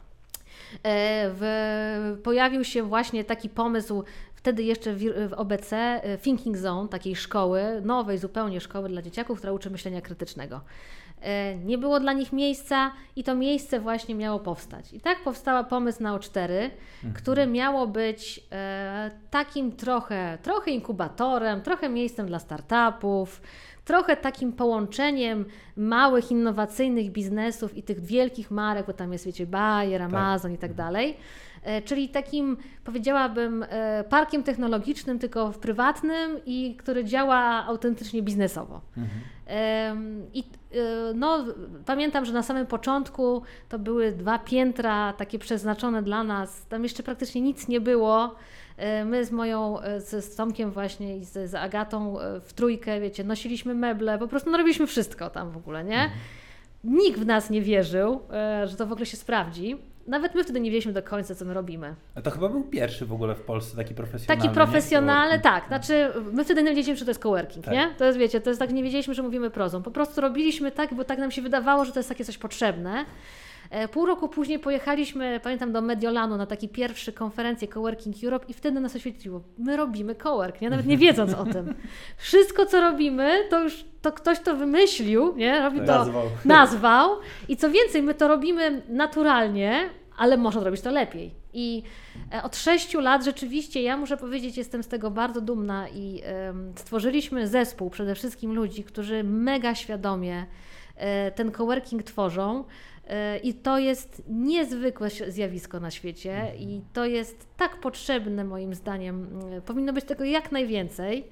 W, pojawił się właśnie taki pomysł, wtedy jeszcze w, w O B C, Thinking Zone, takiej szkoły, nowej zupełnie szkoły dla dzieciaków, która uczy myślenia krytycznego. Nie było dla nich miejsca i to miejsce właśnie miało powstać. I tak powstał pomysł na O cztery, mhm. które miało być e, takim trochę, trochę inkubatorem, trochę miejscem dla startupów, trochę takim połączeniem małych, innowacyjnych biznesów i tych wielkich marek, bo tam jest, wiecie, Bayer, Amazon tak. i tak dalej. Czyli takim, powiedziałabym, parkiem technologicznym, tylko w prywatnym i który działa autentycznie biznesowo. Mhm. I no, pamiętam, że na samym początku to były dwa piętra takie przeznaczone dla nas, tam jeszcze praktycznie nic nie było. My z moją, z, z Tomkiem właśnie i z, z Agatą w trójkę, wiecie, nosiliśmy meble, po prostu no, robiliśmy wszystko tam w ogóle, nie? Mhm. Nikt w nas nie wierzył, że to w ogóle się sprawdzi. Nawet my wtedy nie wiedzieliśmy do końca, co my robimy. A to chyba był pierwszy w ogóle w Polsce taki profesjonalny. Taki profesjonalny, tak. Znaczy, my wtedy nie wiedzieliśmy, że to jest coworking, tak. nie? To jest, wiecie, to jest tak, nie wiedzieliśmy, że mówimy prozą. Po prostu robiliśmy tak, bo tak nam się wydawało, że to jest takie coś potrzebne. Pół roku później pojechaliśmy, pamiętam, do Mediolanu na taki pierwszy konferencję Coworking Europe i wtedy nas oświetliło, my robimy cowork, nie? Nawet nie wiedząc o tym. Wszystko, co robimy, to już to ktoś to wymyślił, nie? Robi to, nazwał. nazwał i co więcej, my to robimy naturalnie, ale można zrobić to lepiej. I od sześciu lat rzeczywiście, ja muszę powiedzieć, jestem z tego bardzo dumna i um, stworzyliśmy zespół przede wszystkim ludzi, którzy mega świadomie e, ten coworking tworzą. I to jest niezwykłe zjawisko na świecie i to jest tak potrzebne moim zdaniem, powinno być tego jak najwięcej.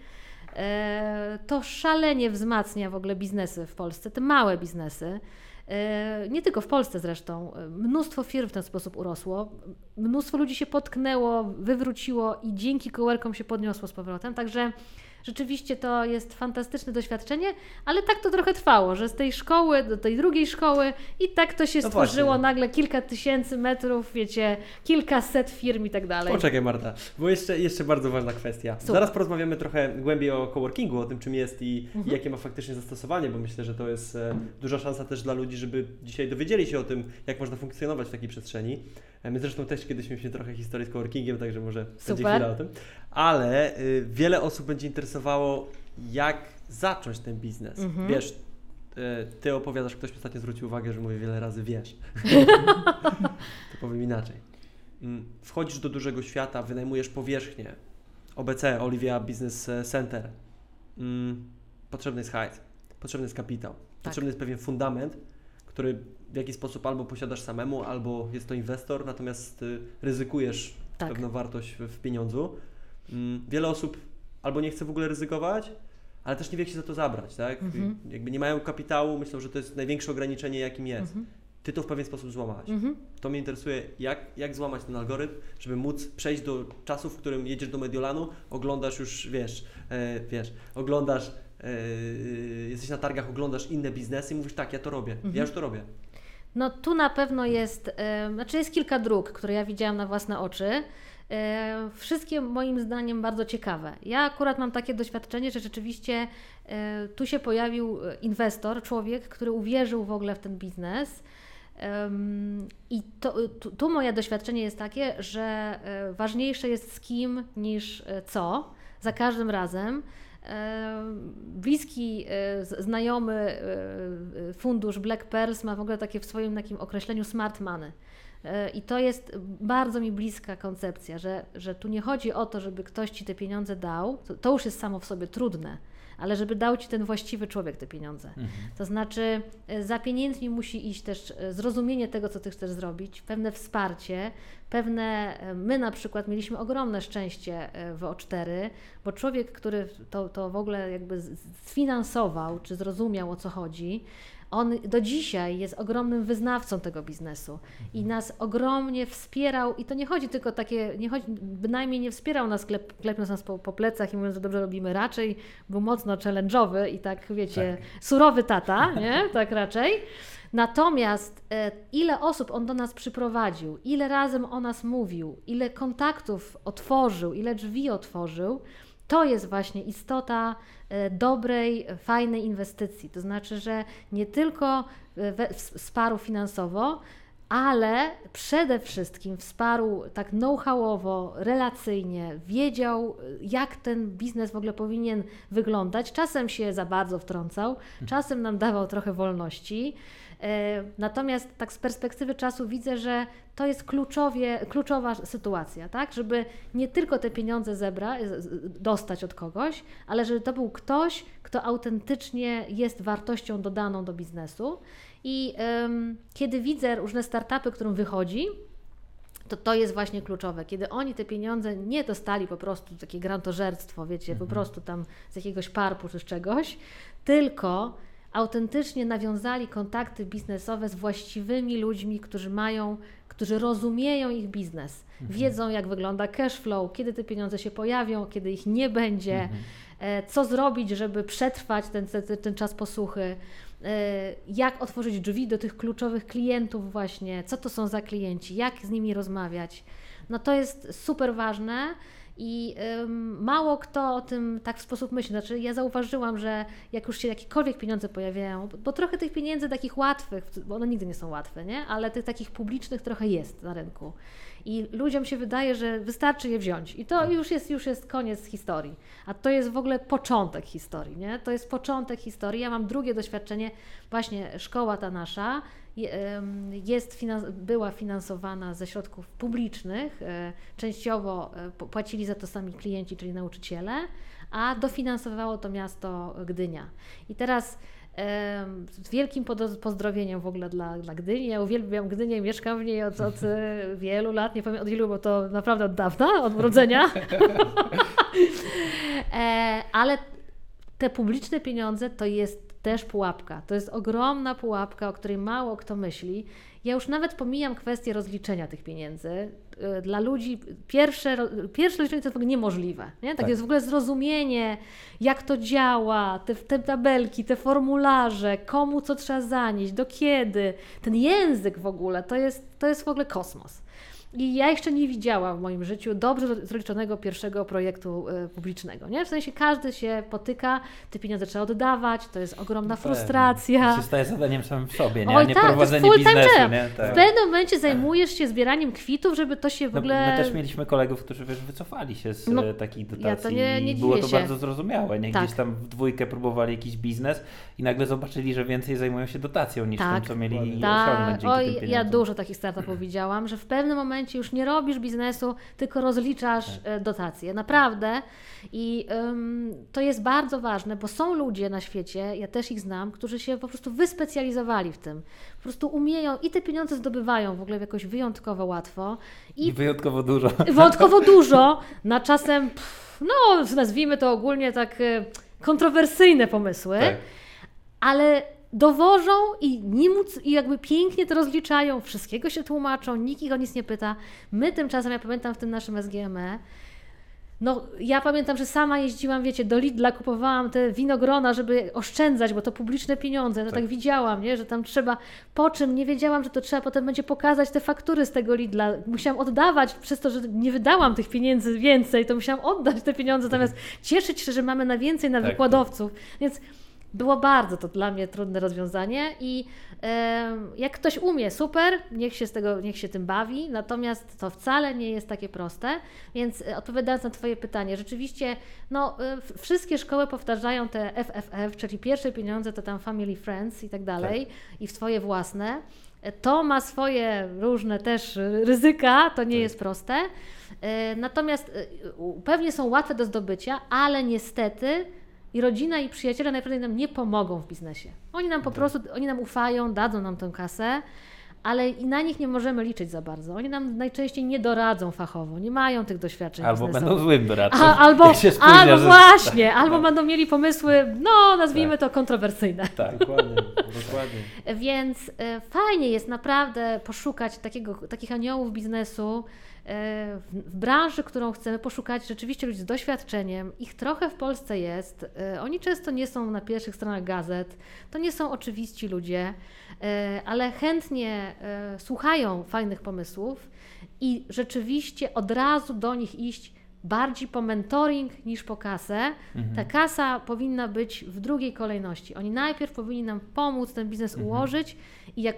To szalenie wzmacnia w ogóle biznesy w Polsce, te małe biznesy. Nie tylko w Polsce zresztą. Mnóstwo firm w ten sposób urosło, mnóstwo ludzi się potknęło, wywróciło i dzięki coworkom się podniosło z powrotem, także rzeczywiście to jest fantastyczne doświadczenie, ale tak to trochę trwało, że z tej szkoły do tej drugiej szkoły i tak to się no stworzyło właśnie. Nagle kilka tysięcy metrów, wiecie, kilkaset firm i tak dalej. Poczekaj Marta, bo jeszcze, jeszcze bardzo ważna kwestia. Super. Zaraz porozmawiamy trochę głębiej o coworkingu, o tym czym jest i, mhm. i jakie ma faktycznie zastosowanie, bo myślę, że to jest e, duża szansa też dla ludzi, żeby dzisiaj dowiedzieli się o tym, jak można funkcjonować w takiej przestrzeni. E, my zresztą też kiedyś mieliśmy trochę historii z coworkingiem, także może Super. będzie chwila o tym. Ale y, wiele osób będzie interesowało, jak zacząć ten biznes. Mhm. Wiesz, y, ty opowiadasz, ktoś mi ostatnio zwrócił uwagę, że mówię wiele razy wiesz. To powiem inaczej. Mm, wchodzisz do dużego świata, wynajmujesz powierzchnię. O B C, Olivia Business Center. Mm, potrzebny jest hajs, potrzebny jest kapitał, tak. Potrzebny jest pewien fundament, który w jakiś sposób albo posiadasz samemu, albo jest to inwestor, natomiast y, ryzykujesz tak. pewną wartość w, w pieniądzu. Wiele osób albo nie chce w ogóle ryzykować, ale też nie wie, jak się za to zabrać, tak? Mhm. Jakby nie mają kapitału, myślą, że to jest największe ograniczenie, jakim jest. Mhm. Ty to w pewien sposób złamałaś. Mhm. To mnie interesuje, jak, jak złamać ten algorytm, żeby móc przejść do czasu, w którym jedziesz do Mediolanu, oglądasz już, wiesz, e, wiesz, oglądasz, e, jesteś na targach, oglądasz inne biznesy i mówisz, tak, ja to robię, mhm. ja już to robię. No tu na pewno jest, e, znaczy jest kilka dróg, które ja widziałam na własne oczy. Wszystkie moim zdaniem bardzo ciekawe. Ja akurat mam takie doświadczenie, że rzeczywiście tu się pojawił inwestor, człowiek, który uwierzył w ogóle w ten biznes. I to, tu, tu moje doświadczenie jest takie, że ważniejsze jest z kim niż co, za każdym razem. Bliski, znajomy fundusz Black Pearls ma w ogóle takie w swoim takim określeniu smart money. I to jest bardzo mi bliska koncepcja, że, że tu nie chodzi o to, żeby ktoś Ci te pieniądze dał, to, to już jest samo w sobie trudne, ale żeby dał Ci ten właściwy człowiek te pieniądze. Mhm. To znaczy za pieniędzmi musi iść też zrozumienie tego, co Ty chcesz zrobić, pewne wsparcie, pewne, my na przykład mieliśmy ogromne szczęście w O cztery, bo człowiek, który to, to w ogóle jakby sfinansował, czy zrozumiał, o co chodzi, on do dzisiaj jest ogromnym wyznawcą tego biznesu i nas ogromnie wspierał i to nie chodzi tylko takie, nie chodzi, bynajmniej nie wspierał nas klep, klepiąc nas po, po plecach i mówiąc, że dobrze robimy, raczej był mocno challenge'owy i tak wiecie, tak. surowy tata, nie? Tak raczej. Natomiast e, ile osób on do nas przyprowadził, ile razem o nas mówił, ile kontaktów otworzył, ile drzwi otworzył, to jest właśnie istota dobrej, fajnej inwestycji. To znaczy, że nie tylko wsparł finansowo, ale przede wszystkim wsparł tak know-howowo, relacyjnie, wiedział, jak ten biznes w ogóle powinien wyglądać. Czasem się za bardzo wtrącał, czasem nam dawał trochę wolności. Natomiast tak z perspektywy czasu widzę, że to jest kluczowie, kluczowa sytuacja, tak? Żeby nie tylko te pieniądze zebrać, dostać od kogoś, ale żeby to był ktoś, kto autentycznie jest wartością dodaną do biznesu. I um, kiedy widzę różne startupy, którym wychodzi, to to jest właśnie kluczowe. Kiedy oni te pieniądze nie dostali po prostu takie grantożerstwo, wiecie, mhm. po prostu tam z jakiegoś parpu czy z czegoś, tylko autentycznie nawiązali kontakty biznesowe z właściwymi ludźmi, którzy mają, którzy rozumieją ich biznes, mhm. wiedzą, jak wygląda cash flow, kiedy te pieniądze się pojawią, kiedy ich nie będzie, mhm. e, co zrobić, żeby przetrwać ten, ten, ten czas posłuchy, e, jak otworzyć drzwi do tych kluczowych klientów właśnie, co to są za klienci, jak z nimi rozmawiać. No to jest super ważne. I ym, mało kto o tym tak w sposób myśli. Znaczy ja zauważyłam, że jak już się jakiekolwiek pieniądze pojawiają, bo, bo trochę tych pieniędzy takich łatwych, bo one nigdy nie są łatwe, nie? Ale tych takich publicznych trochę jest na rynku. I ludziom się wydaje, że wystarczy je wziąć. I to już jest, już jest koniec historii. A to jest w ogóle początek historii, nie? To jest początek historii. Ja mam drugie doświadczenie, właśnie szkoła ta nasza, jest, była finansowana ze środków publicznych, częściowo płacili za to sami klienci, czyli nauczyciele, a dofinansowało to miasto Gdynia. I teraz z wielkim pozdrowieniem w ogóle dla, dla Gdyni. Ja uwielbiam Gdynię, mieszkam w niej od, od wielu lat, nie powiem od ilu, bo to naprawdę od dawna, od urodzenia. Ale te publiczne pieniądze to jest też pułapka. To jest ogromna pułapka, o której mało kto myśli. Ja już nawet pomijam kwestię rozliczenia tych pieniędzy. Dla ludzi pierwsze, pierwsze rozliczenie to jest w ogóle niemożliwe. Nie? Tak, tak jest w ogóle zrozumienie, jak to działa, te, te tabelki, te formularze, komu co trzeba zanieść, do kiedy. Ten język w ogóle, to jest, to jest w ogóle kosmos. I ja jeszcze nie widziałam w moim życiu dobrze zroliczonego pierwszego projektu y, publicznego. Nie? W sensie każdy się potyka, te pieniądze trzeba oddawać, to jest ogromna no frustracja. To się staje zadaniem samym w sobie, nie? Oj, a nie tak, prowadzenie biznesu. Nie? Tak. W pewnym momencie zajmujesz się zbieraniem kwitów, żeby to się w no, ogóle... My też mieliśmy kolegów, którzy wiesz, wycofali się z no, takich dotacji ja to nie, nie i było to się. bardzo zrozumiałe. Nie? Gdzieś tak. tam w dwójkę próbowali jakiś biznes i nagle zobaczyli, że więcej zajmują się dotacją niż tak. tym, co mieli tak. osiągnąć dzięki Oj, tym pieniądzom. Ja dużo takich startupów widziałam, że w pewnym momencie już nie robisz biznesu, tylko rozliczasz tak. dotacje. Naprawdę. I um, to jest bardzo ważne, bo są ludzie na świecie, ja też ich znam, którzy się po prostu wyspecjalizowali w tym. Po prostu umieją i te pieniądze zdobywają w ogóle jakoś wyjątkowo łatwo. I, I wyjątkowo dużo. Wyjątkowo dużo. Na czasem, pff, no nazwijmy to ogólnie tak kontrowersyjne pomysły, tak. ale dowożą i nie móc, i jakby pięknie to rozliczają, wszystkiego się tłumaczą, nikt ich o nic nie pyta. My tymczasem, ja pamiętam w tym naszym S G M E, no ja pamiętam, że sama jeździłam, wiecie, do Lidla, kupowałam te winogrona, żeby oszczędzać, bo to publiczne pieniądze, no tak, tak widziałam, nie, że tam trzeba, po czym nie wiedziałam, że to trzeba potem będzie pokazać te faktury z tego Lidla. Musiałam oddawać, przez to, że nie wydałam tych pieniędzy więcej, to musiałam oddać te pieniądze, zamiast cieszyć się, że mamy na więcej na tak, wykładowców. Tak. Więc było bardzo to dla mnie trudne rozwiązanie i e, jak ktoś umie, super, niech się z tego, niech się tym bawi, natomiast to wcale nie jest takie proste, więc e, odpowiadając na Twoje pytanie, rzeczywiście no, e, wszystkie szkoły powtarzają te F F F, czyli pierwsze pieniądze to tam family, friends i tak dalej i w swoje własne. E, to ma swoje różne też ryzyka, to nie tak. jest proste, e, natomiast e, pewnie są łatwe do zdobycia, ale niestety i rodzina i przyjaciele najprawdopodobniej nam nie pomogą w biznesie. Oni nam po tak. prostu, oni nam ufają, dadzą nam tę kasę, ale i na nich nie możemy liczyć za bardzo. Oni nam najczęściej nie doradzą fachowo, nie mają tych doświadczeń Albo biznesowych. będą złym doradcą. A, albo albo że... właśnie, albo no. będą mieli pomysły, no nazwijmy tak. to kontrowersyjne. Tak, dokładnie. dokładnie. Więc e, fajnie jest naprawdę poszukać takiego, takich aniołów biznesu, w branży, którą chcemy poszukać, rzeczywiście ludzi z doświadczeniem. Ich trochę w Polsce jest. Oni często nie są na pierwszych stronach gazet. To nie są oczywiści ludzie, ale chętnie słuchają fajnych pomysłów i rzeczywiście od razu do nich iść bardziej po mentoring niż po kasę. Mhm. Ta kasa powinna być w drugiej kolejności. Oni najpierw powinni nam pomóc ten biznes mhm. ułożyć i jak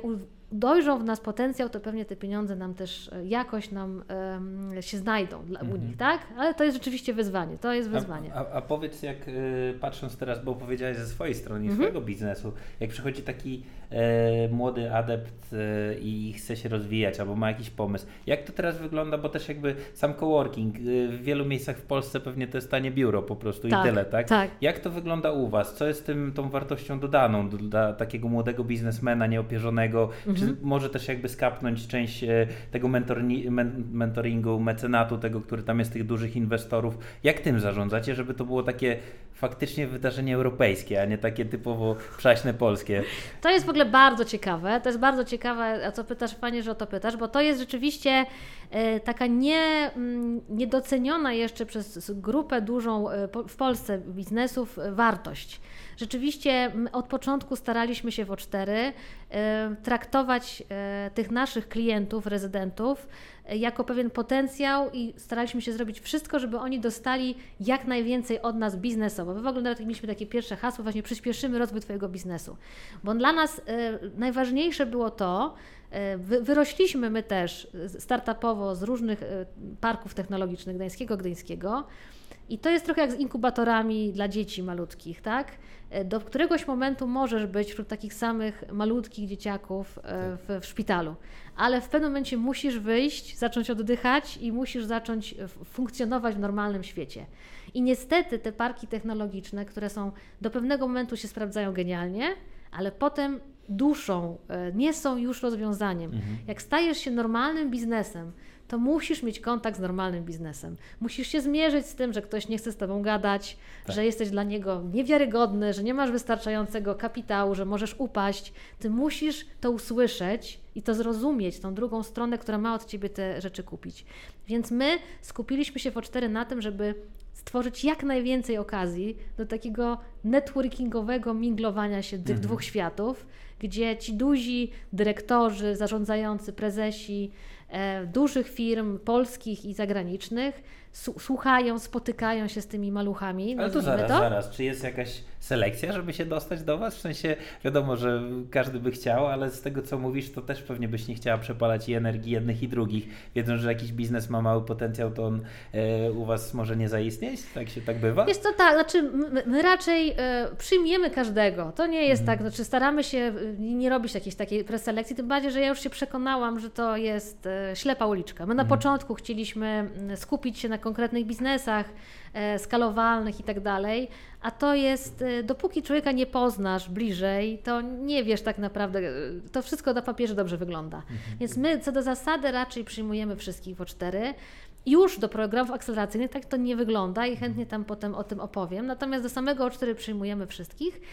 dojrzą w nas potencjał, to pewnie te pieniądze nam też jakoś nam um, się znajdą dla, mhm. u nich, tak? Ale to jest rzeczywiście wyzwanie, to jest wyzwanie. A, a, a powiedz, jak y, patrząc teraz, bo powiedziałeś ze swojej strony, mhm. swojego biznesu, jak przychodzi taki e, młody adept e, i chce się rozwijać, albo ma jakiś pomysł, jak to teraz wygląda, bo też jakby sam coworking, y, w wielu miejscach w Polsce pewnie to jest tanie biuro po prostu tak, i tyle, tak? tak? Jak to wygląda u Was? Co jest tym, tą wartością dodaną dla takiego młodego biznesmena nieopierzonego? Mhm. Czy może też jakby skapnąć część e, tego mentorni, men, mentoringu, mecenatu, tego, który tam jest, tych dużych inwestorów? Jak tym zarządzacie, żeby to było takie faktycznie wydarzenie europejskie, a nie takie typowo przaśne polskie? To jest w ogóle bardzo ciekawe, to jest bardzo ciekawe, a co pytasz, Panie, że o to pytasz, bo to jest rzeczywiście e, taka nie, m, niedoceniona jeszcze przez grupę dużą e, po, w Polsce biznesów e, wartość. Rzeczywiście od początku staraliśmy się w O cztery e, traktować e, tych naszych klientów, rezydentów e, jako pewien potencjał i staraliśmy się zrobić wszystko, żeby oni dostali jak najwięcej od nas biznesowo. My w ogóle nawet mieliśmy takie pierwsze hasło, właśnie przyspieszymy rozwój Twojego biznesu. Bo dla nas e, najważniejsze było to, e, wy, wyrośliśmy my też startupowo z różnych e, parków technologicznych Gdańskiego, Gdyńskiego. I to jest trochę jak z inkubatorami dla dzieci malutkich, tak? Do któregoś momentu możesz być wśród takich samych malutkich dzieciaków w, w szpitalu, ale w pewnym momencie musisz wyjść, zacząć oddychać i musisz zacząć funkcjonować w normalnym świecie. I niestety te parki technologiczne, które są do pewnego momentu się sprawdzają genialnie, ale potem duszą, nie są już rozwiązaniem. Mhm. Jak stajesz się normalnym biznesem, to musisz mieć kontakt z normalnym biznesem. Musisz się zmierzyć z tym, że ktoś nie chce z Tobą gadać, tak. że jesteś dla niego niewiarygodny, że nie masz wystarczającego kapitału, że możesz upaść. Ty musisz to usłyszeć i to zrozumieć, tą drugą stronę, która ma od Ciebie te rzeczy kupić. Więc my skupiliśmy się w O cztery na tym, żeby stworzyć jak najwięcej okazji do takiego networkingowego minglowania się tych mhm. dwóch światów, gdzie ci duzi dyrektorzy, zarządzający, prezesi e, dużych firm polskich i zagranicznych słuchają, spotykają się z tymi maluchami. Ale to zaraz, to? zaraz. Czy jest jakaś selekcja, żeby się dostać do Was? W sensie wiadomo, że każdy by chciał, ale z tego, co mówisz, to też pewnie byś nie chciała przepalać i energii jednych i drugich. Wiedząc, że jakiś biznes ma mały potencjał, to on e, u Was może nie zaistnieć? Tak się tak bywa? Jest to tak, znaczy my, my raczej e, przyjmiemy każdego. To nie jest mhm. tak, znaczy staramy się nie robić jakiejś takiej preselekcji, tym bardziej, że ja już się przekonałam, że to jest e, ślepa uliczka. My na mhm. początku chcieliśmy skupić się na konkretnych biznesach e, skalowalnych i tak dalej, a to jest, e, dopóki człowieka nie poznasz bliżej, to nie wiesz tak naprawdę, e, to wszystko na papierze dobrze wygląda. Mhm. Więc my co do zasady raczej przyjmujemy wszystkich w O cztery. Już do programów akceleracyjnych tak to nie wygląda i chętnie tam potem o tym opowiem, natomiast do samego O cztery przyjmujemy wszystkich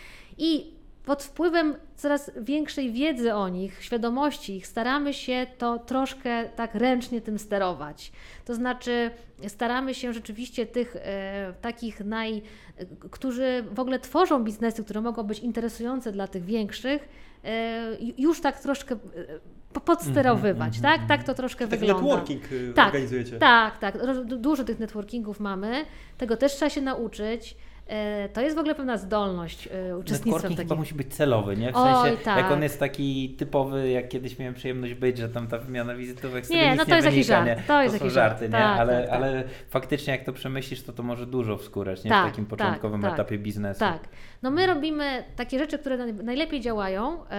i pod wpływem coraz większej wiedzy o nich, świadomości ich, staramy się to troszkę tak ręcznie tym sterować. To znaczy staramy się rzeczywiście tych e, takich naj, którzy w ogóle tworzą biznesy, które mogą być interesujące dla tych większych, e, już tak troszkę e, podsterowywać, mm-hmm, tak? Mm-hmm. Tak to troszkę tak wygląda. Networking tak, organizujecie. Tak, tak. Dużo tych networkingów mamy. Tego też trzeba się nauczyć. To jest w ogóle pewna zdolność uczestnictwa w takim. Chyba musi być celowy, nie? W Oj, sensie, tak. jak on jest taki typowy, jak kiedyś miałem przyjemność być, że tam ta wymiana wizytówek z nie, tego no nic to nie jest wynika, jakiś nie? żart. To, to jest są jakiś żarty, żart. nie? Tak, ale, tak, tak. ale faktycznie jak to przemyślisz, to to może dużo wskórać, nie? Tak, W takim początkowym tak, etapie tak, biznesu. Tak. No my robimy takie rzeczy, które najlepiej działają yy,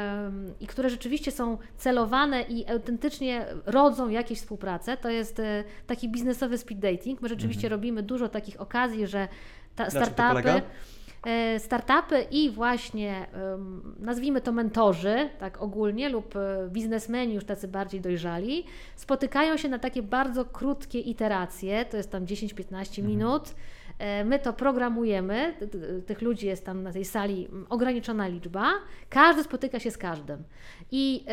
i które rzeczywiście są celowane i autentycznie rodzą jakieś współpracę. To jest yy, taki biznesowy speed dating. My rzeczywiście mhm. robimy dużo takich okazji, że ta, startupy startupy i właśnie nazwijmy to mentorzy, tak ogólnie, lub biznesmeni już tacy bardziej dojrzali, spotykają się na takie bardzo krótkie iteracje, to jest tam dziesięć piętnaście mhm. minut. My to programujemy, tych ludzi jest tam na tej sali ograniczona liczba, każdy spotyka się z każdym. I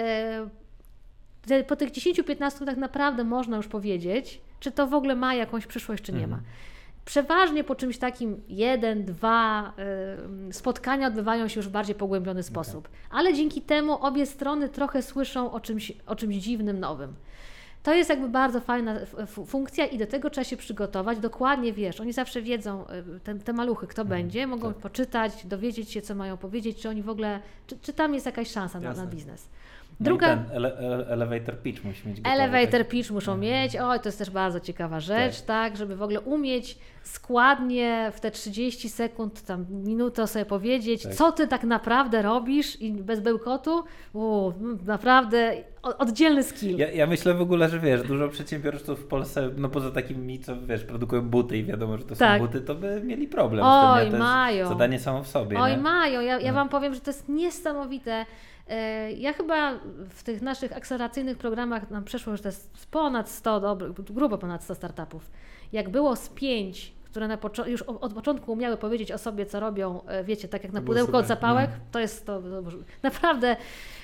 po tych dziesięciu piętnastu tak naprawdę można już powiedzieć, czy to w ogóle ma jakąś przyszłość, czy nie ma. Przeważnie po czymś takim jeden, dwa y, spotkania odbywają się już w bardziej pogłębiony sposób, okay. ale dzięki temu obie strony trochę słyszą o czymś, o czymś dziwnym, nowym. To jest jakby bardzo fajna f- funkcja i do tego trzeba się przygotować. Dokładnie wiesz, oni zawsze wiedzą, te, te maluchy, kto mm, będzie, mogą tak. poczytać, dowiedzieć się, co mają powiedzieć, czy oni w ogóle, czy, czy tam jest jakaś szansa na, na biznes. Druga... No i ten ele, ele, elevator pitch musi mieć gotowy, Elevator tak? pitch muszą mieć, oj, to jest też bardzo ciekawa rzecz, tak. tak, żeby w ogóle umieć składnie w te trzydzieści sekund, tam minutę sobie powiedzieć, tak. co ty tak naprawdę robisz i bez bełkotu, u, naprawdę oddzielny skill. Ja, ja myślę w ogóle, że wiesz, dużo przedsiębiorców w Polsce, no poza takimi, co wiesz, produkują buty i wiadomo, że to tak. są buty, to by mieli problem oj, z tym, nie? To mają. jest zadanie samo w sobie. Oj, nie? mają. Ja, ja no. Wam powiem, że to jest niesamowite. Ja chyba w tych naszych akceleracyjnych programach nam przeszło, że to jest ponad sto, grubo ponad sto startupów. Jak było z pięć, które na poczo- już od początku umiały powiedzieć o sobie, co robią, wiecie, tak jak na pudełko od zapałek, mm. to jest to, to naprawdę...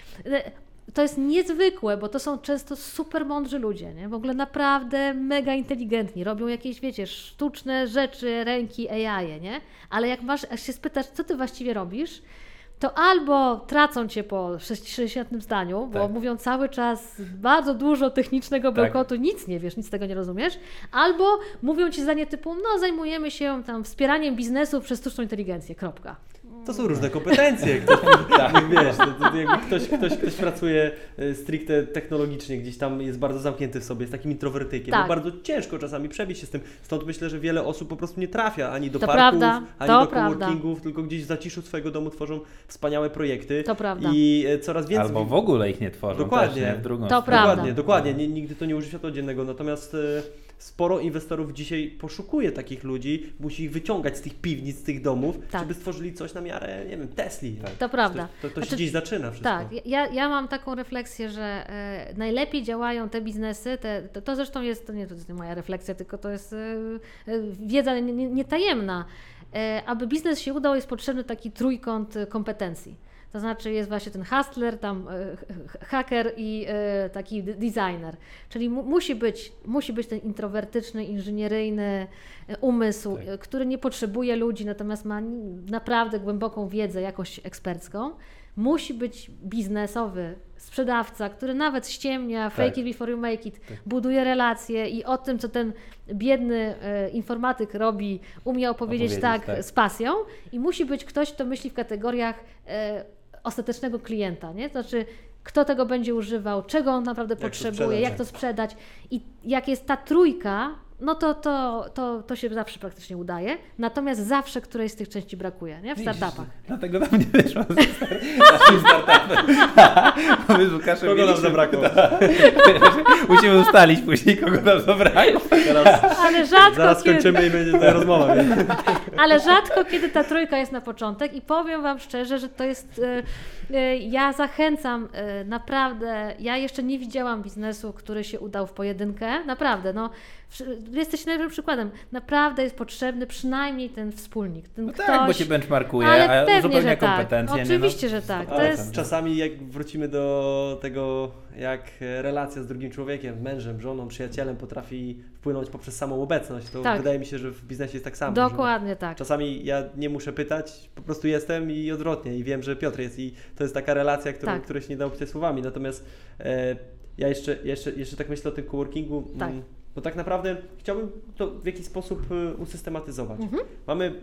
To jest niezwykłe, bo to są często super mądrzy ludzie, nie? W ogóle naprawdę mega inteligentni, robią jakieś, wiecie, sztuczne rzeczy, ręki, A I, nie? Ale jak masz, jak się spytasz, co ty właściwie robisz, to albo tracą cię po sześćdziesiątym zdaniu, bo tak. mówią cały czas bardzo dużo technicznego bełkotu, tak. nic nie wiesz, nic z tego nie rozumiesz, albo mówią ci zdanie typu, no zajmujemy się tam wspieraniem biznesu przez sztuczną inteligencję, kropka. To są różne kompetencje. Ktoś, tak, wiesz, to, to jakby ktoś, ktoś, ktoś pracuje stricte technologicznie, gdzieś tam jest bardzo zamknięty w sobie, jest takim introwertykiem. Tak. No bardzo ciężko czasami przebić się z tym. Stąd myślę, że wiele osób po prostu nie trafia ani do to parków, prawda, ani to do prawda. coworkingów, tylko gdzieś w zaciszu swojego domu tworzą wspaniałe projekty. To prawda. I coraz więcej... Albo w ogóle ich nie tworzą. Dokładnie. Też, nie? W drugą to stronę. prawda. Dokładnie, dokładnie. Nie, nigdy to nie użył światła dziennego. Natomiast sporo inwestorów dzisiaj poszukuje takich ludzi, musi ich wyciągać z tych piwnic, z tych domów, tak. żeby stworzyli coś na miarę, nie wiem, Tesli. Tak. To prawda. To, to, to znaczy, się gdzieś zaczyna wszystko. Tak, ja, ja mam taką refleksję, że e, najlepiej działają te biznesy, te, to, to zresztą jest, to nie, to jest nie moja refleksja, tylko to jest e, e, wiedza nietajemna. Nie, nie e, aby biznes się udał, jest potrzebny taki trójkąt kompetencji. To znaczy jest właśnie ten hustler, tam e, haker i e, taki designer. Czyli mu, musi być, musi być ten introwertyczny, inżynieryjny umysł, tak. który nie potrzebuje ludzi, natomiast ma naprawdę głęboką wiedzę, jakąś ekspercką. Musi być biznesowy sprzedawca, który nawet ściemnia, fake tak. it before you make it, tak. buduje relacje i o tym, co ten biedny e, informatyk robi, umie opowiedzieć, opowiedzieć tak, tak z pasją. I musi być ktoś, kto myśli w kategoriach e, ostatecznego klienta, nie? To znaczy, kto tego będzie używał, czego on naprawdę jak potrzebuje, to jak to sprzedać. I jak jest ta trójka, no to, to, to, to się zawsze praktycznie udaje. Natomiast zawsze którejś z tych części brakuje, nie? W startupach. Dlatego nam nie wyszło z naszym startupem. My z Łukaszem kogo nam zabrakło? Musimy ustalić później, kogo nam zabrakło. Teraz, Ale rzadko zaraz kiedy... skończymy i będzie ta rozmowa. Więc... Ale rzadko kiedy ta trójka jest na początek i powiem Wam szczerze, że to jest... Ja zachęcam, naprawdę, ja jeszcze nie widziałam biznesu, który się udał w pojedynkę, naprawdę, no jesteś najlepszym przykładem, naprawdę jest potrzebny przynajmniej ten wspólnik, ten no ktoś... tak, bo Cię benchmarkuje, ale a pewnie, uzupełnia że kompetencje. Tak. Oczywiście, nie, no, że tak. To jest... Czasami jak wrócimy do tego, jak relacja z drugim człowiekiem, mężem, żoną, przyjacielem potrafi wpłynąć poprzez samą obecność, to tak. wydaje mi się, że w biznesie jest tak samo. Dokładnie tak. Czasami ja nie muszę pytać, po prostu jestem i odwrotnie i wiem, że Piotr jest i to jest taka relacja, którą, tak. której się nie da opisać słowami. Natomiast e, ja jeszcze, jeszcze, jeszcze tak myślę o tym coworkingu, tak. m, bo tak naprawdę chciałbym to w jakiś sposób usystematyzować. Mhm. Mamy, m,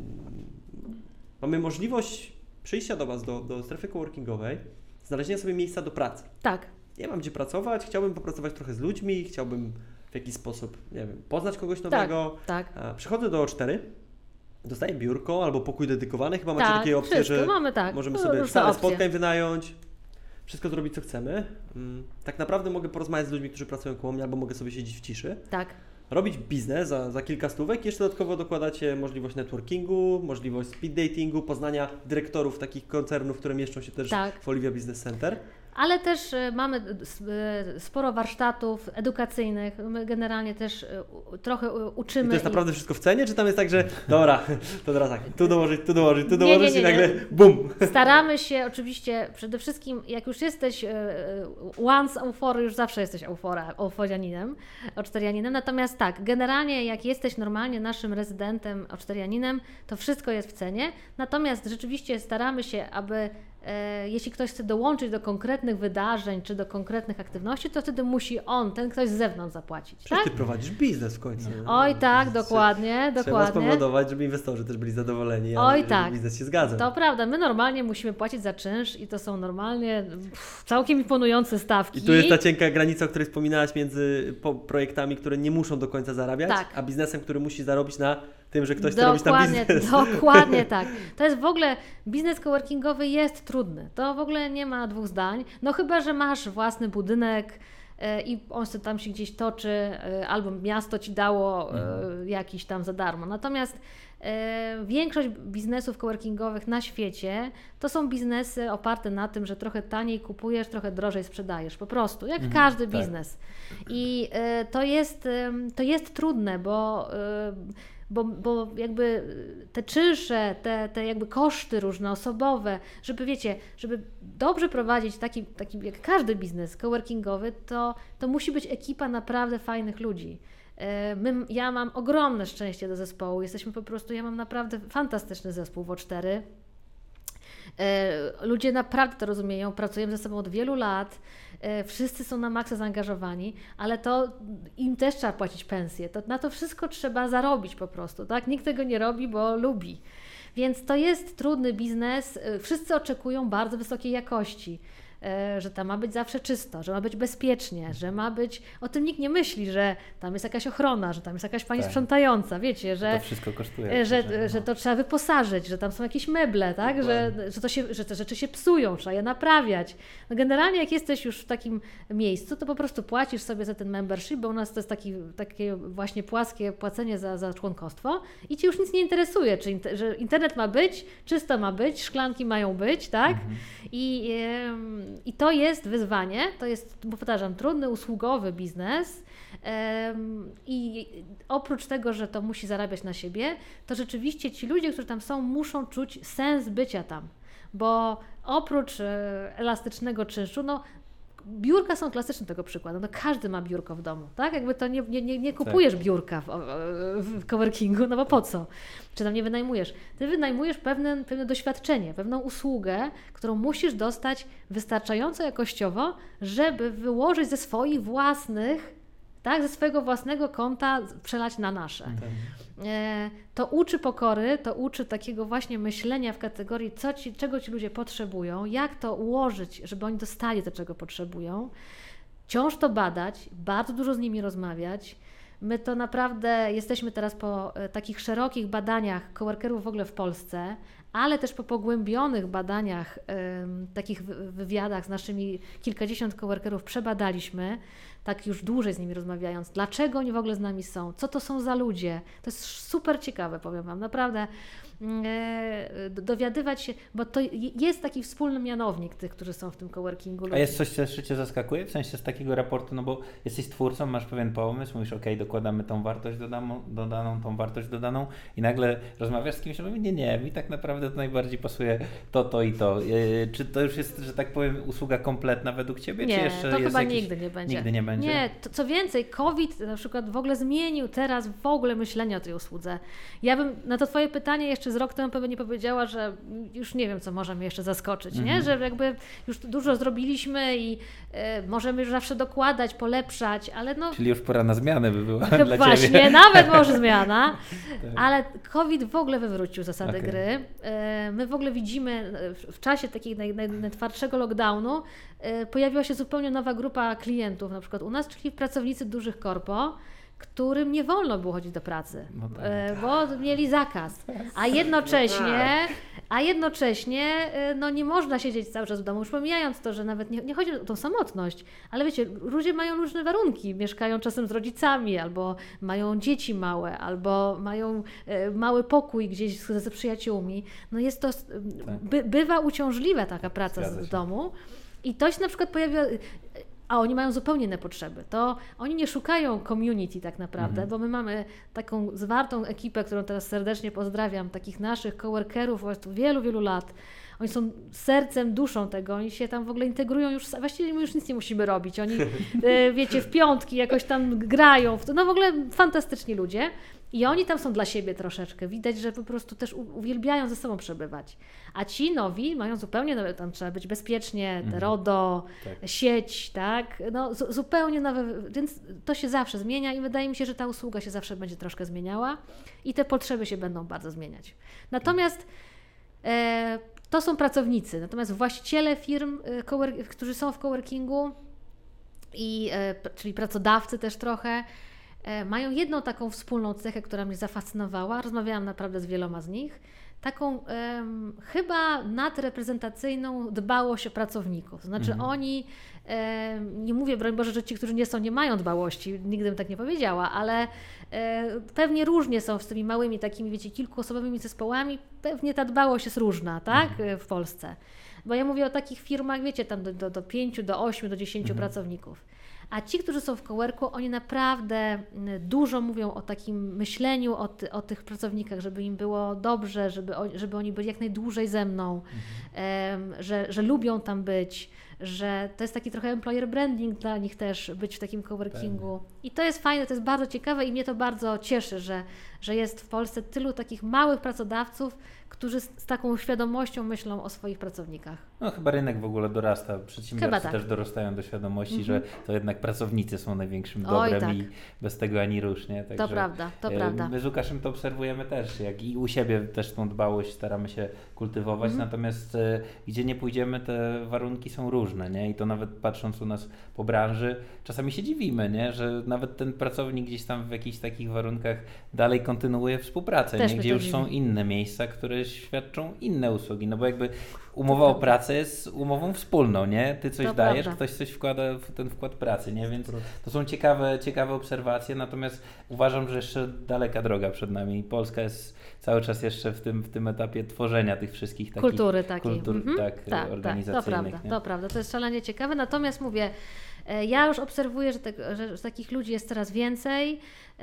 mamy możliwość przyjścia do Was, do, do strefy coworkingowej, znalezienia sobie miejsca do pracy. Tak. Nie mam gdzie pracować, chciałbym popracować trochę z ludźmi, chciałbym w jakiś sposób, nie wiem, poznać kogoś nowego. Tak, tak. Przychodzę do O cztery, dostaję biurko albo pokój dedykowany, chyba macie tak, takie opcje, wszystko. że mamy, tak. możemy no, sobie salę opcje. spotkań wynająć, wszystko zrobić co chcemy. Tak naprawdę mogę porozmawiać z ludźmi, którzy pracują koło mnie, albo mogę sobie siedzieć w ciszy. Tak. Robić biznes za, za kilka stówek i jeszcze dodatkowo dokładacie możliwość networkingu, możliwość speed datingu, poznania dyrektorów takich koncernów, które mieszczą się też tak. w Oliwia Business Center. Ale też mamy sporo warsztatów edukacyjnych, my generalnie też trochę uczymy. I to jest i... naprawdę wszystko w cenie, czy tam jest tak, że dobra, to teraz tak, tu dołożyć, tu dołożyć, tu nie, dołożyć nie, nie, i nagle nie. bum. Staramy się oczywiście, przede wszystkim jak już jesteś once eufory, już zawsze jesteś eufora, euforianinem, oczterianinem, natomiast tak, generalnie jak jesteś normalnie naszym rezydentem, oczterianinem, to wszystko jest w cenie, natomiast rzeczywiście staramy się, aby e, jeśli ktoś chce dołączyć do konkretnych wydarzeń czy do konkretnych aktywności, to wtedy musi on, ten ktoś z zewnątrz zapłacić. Przecież Tak? Ty prowadzisz biznes w końcu. Oj tak, dokładnie, Trzeba dokładnie. spowodować, żeby inwestorzy też byli zadowoleni, a Oj, żeby tak. biznes się zgadzał. To prawda, my normalnie musimy płacić za czynsz i to są normalnie pff, całkiem imponujące stawki. I tu jest ta cienka granica, o której wspominałaś między po- projektami, które nie muszą do końca zarabiać, Tak. a biznesem, który musi zarobić na tym, że ktoś chce robić tam Dokładnie, biznes. dokładnie tak. To jest w ogóle, biznes coworkingowy jest trudny. To w ogóle nie ma dwóch zdań. No chyba, że masz własny budynek e, i on sobie tam się gdzieś toczy, e, albo miasto Ci dało e, jakiś tam za darmo. Natomiast e, większość biznesów coworkingowych na świecie to są biznesy oparte na tym, że trochę taniej kupujesz, trochę drożej sprzedajesz. Po prostu, jak Mhm, każdy tak. biznes. I e, to jest, e, to jest trudne, bo e, Bo, bo jakby te czynsze, te, te jakby koszty różne, osobowe, żeby wiecie, żeby dobrze prowadzić taki, taki jak każdy biznes coworkingowy, to, to musi być ekipa naprawdę fajnych ludzi. E, My, ja mam ogromne szczęście do zespołu, jesteśmy po prostu, ja mam naprawdę fantastyczny zespół w O cztery. E, Ludzie naprawdę to rozumieją, pracujemy ze sobą od wielu lat, e, wszyscy są na maksa zaangażowani, ale to im też trzeba płacić pensję, to na to wszystko trzeba zarobić po prostu, tak? Nikt tego nie robi, bo lubi. Więc to jest trudny biznes, e, wszyscy oczekują bardzo wysokiej jakości, e, że tam ma być zawsze czysto, że ma być bezpiecznie, że ma być, o tym nikt nie myśli, że tam jest jakaś ochrona, że tam jest jakaś pani Tak. sprzątająca, wiecie, że... To wszystko kosztuje. E, Że, przecież, że no. to trzeba wyposażyć, że tam są jakieś meble, tak? Że, że, to się, że te rzeczy się psują, trzeba je naprawiać. No generalnie jak jesteś już w takim miejscu, to po prostu płacisz sobie za ten membership, bo u nas to jest taki, takie właśnie płaskie płacenie za, za członkostwo i Ci już nic nie interesuje, czy inter, że internet ma być, czysto ma być, szklanki mają być, tak? Mhm. I, em, I to jest wyzwanie, to jest, powtarzam, trudny, usługowy biznes. Em, I oprócz tego, że to musi zarabiać na siebie, to rzeczywiście ci ludzie, którzy tam są, muszą czuć sens bycia tam, bo oprócz e, elastycznego czynszu, no biurka są klasycznym tego przykładem, no każdy ma biurko w domu, tak? Jakby to nie, nie, nie, nie kupujesz biurka w, w coworkingu, no bo po co? Czy tam nie wynajmujesz? Ty wynajmujesz pewne, pewne doświadczenie, pewną usługę, którą musisz dostać wystarczająco jakościowo, żeby wyłożyć ze swoich własnych, tak, ze swojego własnego konta przelać na nasze. E, to uczy pokory, to uczy takiego właśnie myślenia w kategorii, co ci, czego ci ludzie potrzebują, jak to ułożyć, żeby oni dostali to, czego potrzebują. Wciąż to badać, bardzo dużo z nimi rozmawiać. My to naprawdę jesteśmy teraz po e, takich szerokich badaniach coworkerów w ogóle w Polsce, ale też po pogłębionych badaniach, e, takich wy- wywiadach z naszymi kilkadziesiąt coworkerów przebadaliśmy, tak już dłużej z nimi rozmawiając, dlaczego oni w ogóle z nami są, co to są za ludzie. To jest super ciekawe, powiem Wam, naprawdę e, dowiadywać się, bo to jest taki wspólny mianownik tych, którzy są w tym coworkingu. A jest coś, co jeszcze Cię zaskakuje? W sensie z takiego raportu, no bo jesteś twórcą, masz pewien pomysł, mówisz, ok, dokładamy tą wartość dodaną, dodaną, tą wartość dodaną i nagle rozmawiasz z kimś i mówi, nie, nie, mi tak naprawdę to najbardziej pasuje to, to i to. Yy, czy to już jest, że tak powiem, usługa kompletna według Ciebie? Nie, czy jeszcze to jest chyba jakiś... nigdy nie będzie. Nigdy nie będzie? Nie, to, co więcej, COVID na przykład w ogóle zmienił teraz w ogóle myślenie o tej usłudze. Ja bym na to Twoje pytanie jeszcze z rok temu pewnie powiedziała, że już nie wiem, co może mnie jeszcze zaskoczyć, Mhm. nie? Że jakby już dużo zrobiliśmy i e, możemy już zawsze dokładać, polepszać, ale no... Czyli już pora na zmianę by była Chyba dla właśnie, Ciebie. nawet może zmiana, Tak. ale COVID w ogóle wywrócił zasady Okej. gry. E, My w ogóle widzimy e, w w czasie takiego naj, naj, najtwardszego lockdownu e, pojawiła się zupełnie nowa grupa klientów, na przykład u nas, czyli pracownicy dużych korpo, którym nie wolno było chodzić do pracy, No tak. e, bo mieli zakaz, a jednocześnie, a jednocześnie e, no nie można siedzieć cały czas w domu, już pomijając to, że nawet nie, nie chodzi o tą samotność, ale wiecie, ludzie mają różne warunki, mieszkają czasem z rodzicami, albo mają dzieci małe, albo mają e, mały pokój gdzieś ze, ze przyjaciółmi, no jest to, s- by, bywa uciążliwa taka praca Zgadza z się. domu i to się na przykład pojawia, a oni mają zupełnie inne potrzeby. To oni nie szukają community tak naprawdę, Mhm. bo my mamy taką zwartą ekipę, którą teraz serdecznie pozdrawiam, takich naszych coworkerów od wielu, wielu lat. Oni są sercem, duszą tego, oni się tam w ogóle integrują już, właściwie my już nic nie musimy robić. Oni, e, wiecie, w piątki jakoś tam grają, w to, no w ogóle fantastyczni ludzie. I oni tam są dla siebie troszeczkę. Widać, że po prostu też u- uwielbiają ze sobą przebywać. A ci nowi mają zupełnie nowe, tam trzeba być bezpiecznie, Mhm. RODO, Tak. sieć, tak? No zu- zupełnie nowe, więc to się zawsze zmienia i wydaje mi się, że ta usługa się zawsze będzie troszkę zmieniała i te potrzeby się będą bardzo zmieniać. Natomiast e, to są pracownicy, natomiast właściciele firm, e, cowork- którzy są w coworkingu, i, e, p- czyli pracodawcy też trochę, e, mają jedną taką wspólną cechę, która mnie zafascynowała. Rozmawiałam naprawdę z wieloma z nich. Taką em, chyba nadreprezentacyjną dbałość o pracowników. To znaczy Mhm. oni, em, nie mówię broń Boże, że ci, którzy nie są, nie mają dbałości, nigdy bym tak nie powiedziała, ale e, pewnie różnie są z tymi małymi takimi, wiecie, kilkuosobowymi zespołami, pewnie ta dbałość jest różna, tak, e, w Polsce. Bo ja mówię o takich firmach, wiecie, tam do, do, do pięciu, do ośmiu, do dziesięciu Mhm. pracowników. A ci, którzy są w coworku, oni naprawdę mm, dużo mówią o takim myśleniu o, ty, o tych pracownikach, żeby im było dobrze, żeby, o, żeby oni byli jak najdłużej ze mną, em, że, że lubią tam być, że to jest taki trochę employer branding dla nich też, być w takim coworkingu. I to jest fajne, to jest bardzo ciekawe i mnie to bardzo cieszy, że, że jest w Polsce tylu takich małych pracodawców, którzy z, z taką świadomością myślą o swoich pracownikach. No chyba rynek w ogóle dorasta, przedsiębiorcy Chyba tak. też dorastają do świadomości, Mhm. że to jednak pracownicy są największym Oj, dobrem tak. i bez tego ani rusz, nie? To prawda, to e, prawda. My z Łukaszem to obserwujemy też, jak i u siebie też tą dbałość staramy się kultywować, Mhm. natomiast e, gdzie nie pójdziemy, te warunki są różne, nie? I to nawet patrząc u nas po branży, czasami się dziwimy, nie? Że nawet ten pracownik gdzieś tam w jakichś takich warunkach dalej kontynuuje współpracę, Też nie? mnie Gdzie to już dziwi. są inne miejsca, które świadczą inne usługi, no bo jakby umowa o pracę jest umową wspólną, nie? Ty coś To dajesz, prawda. ktoś coś wkłada w ten wkład pracy, nie? Więc to są ciekawe, ciekawe obserwacje, natomiast uważam, że jeszcze daleka droga przed nami i Polska jest cały czas jeszcze w tym, w tym etapie tworzenia tych wszystkich takich Kultury takiej. kultur, Mhm. tak, tak, to organizacyjnych. prawda, nie? to prawda, to jest szalenie ciekawe, natomiast mówię, e, ja już obserwuję, że, te, że, że takich ludzi jest coraz więcej.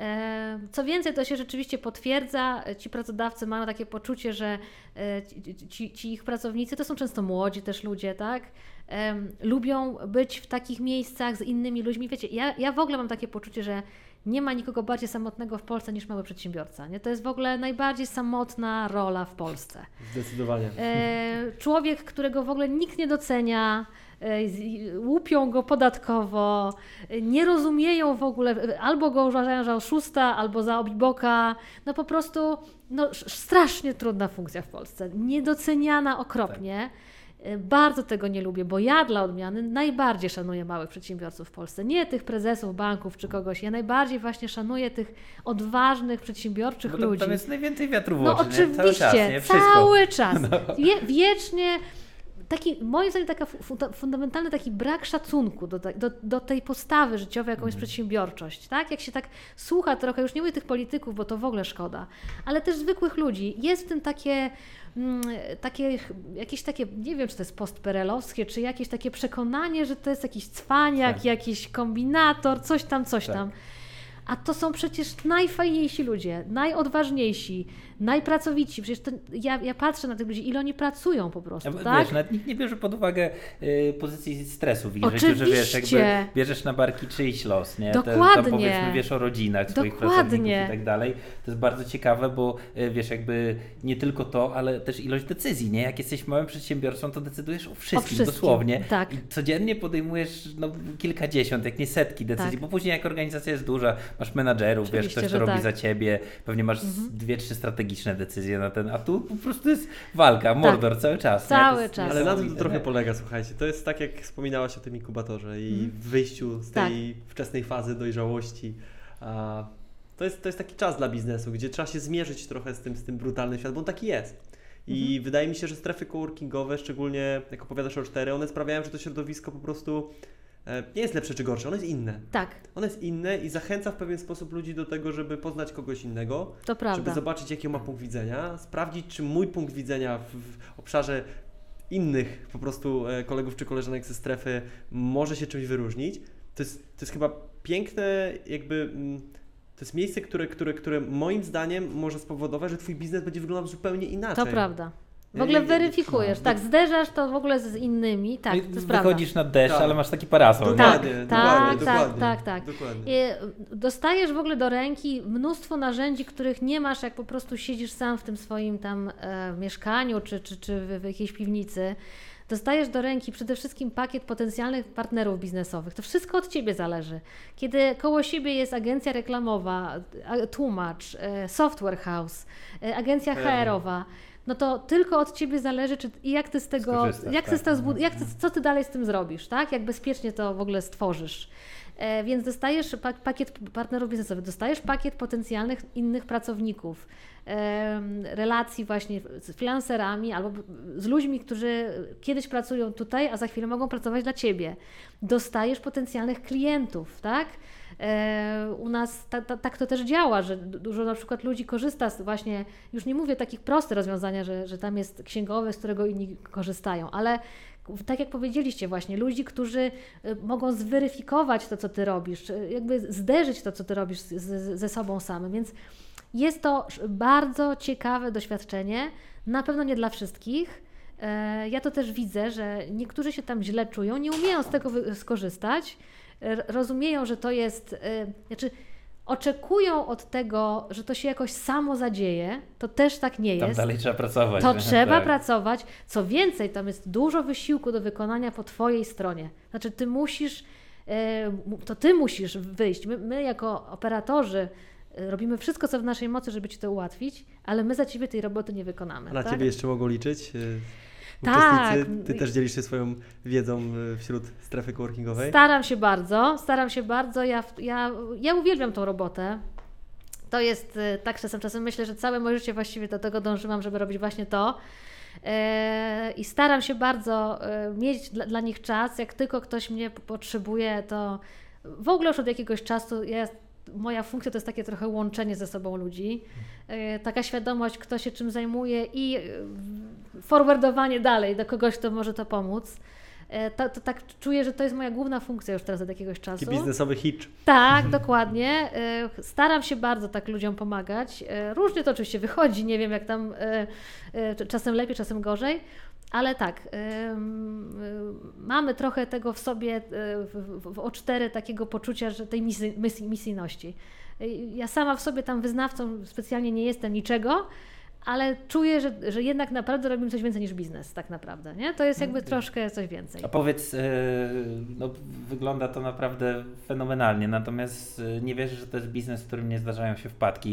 E, Co więcej, to się rzeczywiście potwierdza. Ci pracodawcy mają takie poczucie, że e, ci, ci, ci ich pracownicy to są często młodzi też ludzie, tak? Em, lubią być w takich miejscach z innymi ludźmi. Wiecie, ja, ja w ogóle mam takie poczucie, że nie ma nikogo bardziej samotnego w Polsce niż mały przedsiębiorca. Nie? To jest w ogóle najbardziej samotna rola w Polsce. Zdecydowanie. E, człowiek, którego w ogóle nikt nie docenia, e, z- łupią go podatkowo, e, nie rozumieją w ogóle, e, albo go uważają za oszusta, albo za obiboka. No po prostu no, sz- strasznie trudna funkcja w Polsce. Niedoceniana okropnie. E, Bardzo tego nie lubię, bo ja dla odmiany najbardziej szanuję małych przedsiębiorców w Polsce. Nie tych prezesów banków czy kogoś. Ja najbardziej właśnie szanuję tych odważnych, przedsiębiorczych Bo tam, ludzi. tam jest najwięcej wiatru w No oczy, nie? oczywiście, Cały czas, nie? Wszystko. cały czas. No. Wie, wiecznie taki, moim zdaniem taka fu- funda- fundamentalny taki brak szacunku do, te- do, do tej postawy życiowej, jaką jest Mhm. przedsiębiorczość. Tak? Jak się tak słucha trochę, już nie mówię tych polityków, bo to w ogóle szkoda, ale też zwykłych ludzi. Jest w tym takie, mm, takie jakieś takie, nie wiem, czy to jest postperelowskie, czy jakieś takie przekonanie, że to jest jakiś cwaniak, Tak. jakiś kombinator, coś tam, coś Tak. tam. A to są przecież najfajniejsi ludzie, najodważniejsi, najpracowici. Przecież to, ja, ja patrzę na tych ludzi, ile oni pracują po prostu, Ja, tak? Wiesz, nawet nikt nie bierze pod uwagę y, pozycji stresu w ich życiu, że wiesz, jakby Oczywiście. bierzesz na barki czyjś los, nie? Te, Dokładnie. tam powiedzmy wiesz o rodzinach swoich Dokładnie. pracowników i tak dalej. To jest bardzo ciekawe, bo y, wiesz, jakby nie tylko to, ale też ilość decyzji, nie? Jak jesteś małym przedsiębiorcą, to decydujesz o wszystkim, wszystkim, dosłownie. tak. I codziennie podejmujesz no, kilkadziesiąt, jak nie setki decyzji, Tak. bo później jak organizacja jest duża, masz menadżerów, wiesz, Oczywiście, ktoś to że robi tak. za ciebie, pewnie masz z dwie, trzy strategiczne decyzje na ten, a tu po prostu jest walka, mordor cały czas. nie? To Cały jest czas. Ale na tym to niesamowite, trochę nie? polega, słuchajcie. To jest tak, jak wspominałaś o tym inkubatorze i Mhm. wyjściu z Tak. tej wczesnej fazy dojrzałości. A to, jest, to jest taki czas dla biznesu, gdzie trzeba się zmierzyć trochę z tym, z tym brutalnym światem, bo on taki jest. I Mhm. wydaje mi się, że strefy coworkingowe, szczególnie jak opowiadasz o cztery, one sprawiają, że to środowisko po prostu e, nie jest lepsze czy gorsze, ono jest inne. Tak, Ono jest inne i zachęca w pewien sposób ludzi do tego, żeby poznać kogoś innego, to żeby prawda. zobaczyć, jaki on ma punkt widzenia, sprawdzić, czy mój punkt widzenia w, w obszarze innych po prostu e, kolegów czy koleżanek ze strefy może się czymś wyróżnić. To jest, to jest chyba piękne, jakby mm, to jest miejsce, które, które, które moim zdaniem może spowodować, że Twój biznes będzie wyglądał zupełnie inaczej. To prawda. W ogóle weryfikujesz, no, tak, zderzasz to w ogóle z innymi, tak, no to jest prawda. Wychodzisz na deszcz, tak. ale masz taki parasol. Dokładnie, tak, dokładnie, tak, dokładnie, tak, tak, dokładnie. I dostajesz w ogóle do ręki mnóstwo narzędzi, których nie masz, jak po prostu siedzisz sam w tym swoim tam e, mieszkaniu, czy, czy, czy w, w jakiejś piwnicy. Dostajesz do ręki przede wszystkim pakiet potencjalnych partnerów biznesowych. To wszystko od Ciebie zależy. Kiedy koło siebie jest agencja reklamowa, tłumacz, software house, agencja H R-owa, no to tylko od Ciebie zależy, czy, jak Ty z tego, jak ty z tego zbud- jak ty, co Ty dalej z tym zrobisz, tak? Jak bezpiecznie to w ogóle stworzysz. E, więc dostajesz pa- pakiet partnerów biznesowych, dostajesz pakiet potencjalnych innych pracowników, e, relacji właśnie z freelancerami albo z ludźmi, którzy kiedyś pracują tutaj, a za chwilę mogą pracować dla Ciebie. Dostajesz potencjalnych klientów, tak? E, u nas ta, ta, tak to też działa, że dużo na przykład ludzi korzysta z właśnie, już nie mówię takich prostych rozwiązania, że, że tam jest księgowy, z którego inni korzystają, ale tak jak powiedzieliście właśnie, ludzi, którzy mogą zweryfikować to, co Ty robisz, jakby zderzyć to, co Ty robisz z, z, ze sobą samym, więc jest to bardzo ciekawe doświadczenie, na pewno nie dla wszystkich. Ja to też widzę, że niektórzy się tam źle czują, nie umieją z tego skorzystać, rozumieją, że to jest, znaczy oczekują od tego, że to się jakoś samo zadzieje, to też tak nie jest. Tam dalej trzeba pracować. To nie? trzeba tak. pracować. Co więcej, tam jest dużo wysiłku do wykonania po Twojej stronie. Znaczy Ty musisz, to Ty musisz wyjść. My, my jako operatorzy robimy wszystko, co w naszej mocy, żeby Ci to ułatwić, ale my za Ciebie tej roboty nie wykonamy. A na tak? Ciebie jeszcze mogą liczyć? Tak. Uczestnicy, Ty też dzielisz się swoją wiedzą wśród strefy coworkingowej? Staram się bardzo, staram się bardzo. Ja, ja, ja uwielbiam tą robotę. To jest tak czasem, czasem myślę, że całe moje życie właściwie do tego dążyłam, żeby robić właśnie to. I staram się bardzo mieć dla, dla nich czas. Jak tylko ktoś mnie potrzebuje, to w ogóle już od jakiegoś czasu ja moja funkcja to jest takie trochę łączenie ze sobą ludzi, taka świadomość, kto się czym zajmuje i forwardowanie dalej do kogoś, kto może to pomóc. To, to tak czuję, że to jest moja główna funkcja już teraz od jakiegoś czasu. Taki biznesowy hitch. Tak, dokładnie. Staram się bardzo tak ludziom pomagać. Różnie to oczywiście wychodzi, nie wiem jak tam, czasem lepiej, czasem gorzej. Ale tak, mamy trochę tego w sobie, w, w O cztery takiego poczucia, że tej misy, misy, misyjności. Ja sama w sobie tam wyznawcą specjalnie nie jestem niczego, ale czuję, że, że jednak naprawdę robimy coś więcej niż biznes tak naprawdę, nie? To jest jakby okay. troszkę coś więcej. A powiedz, no, wygląda to naprawdę fenomenalnie, natomiast nie wierzę, że to jest biznes, w którym nie zdarzają się wpadki.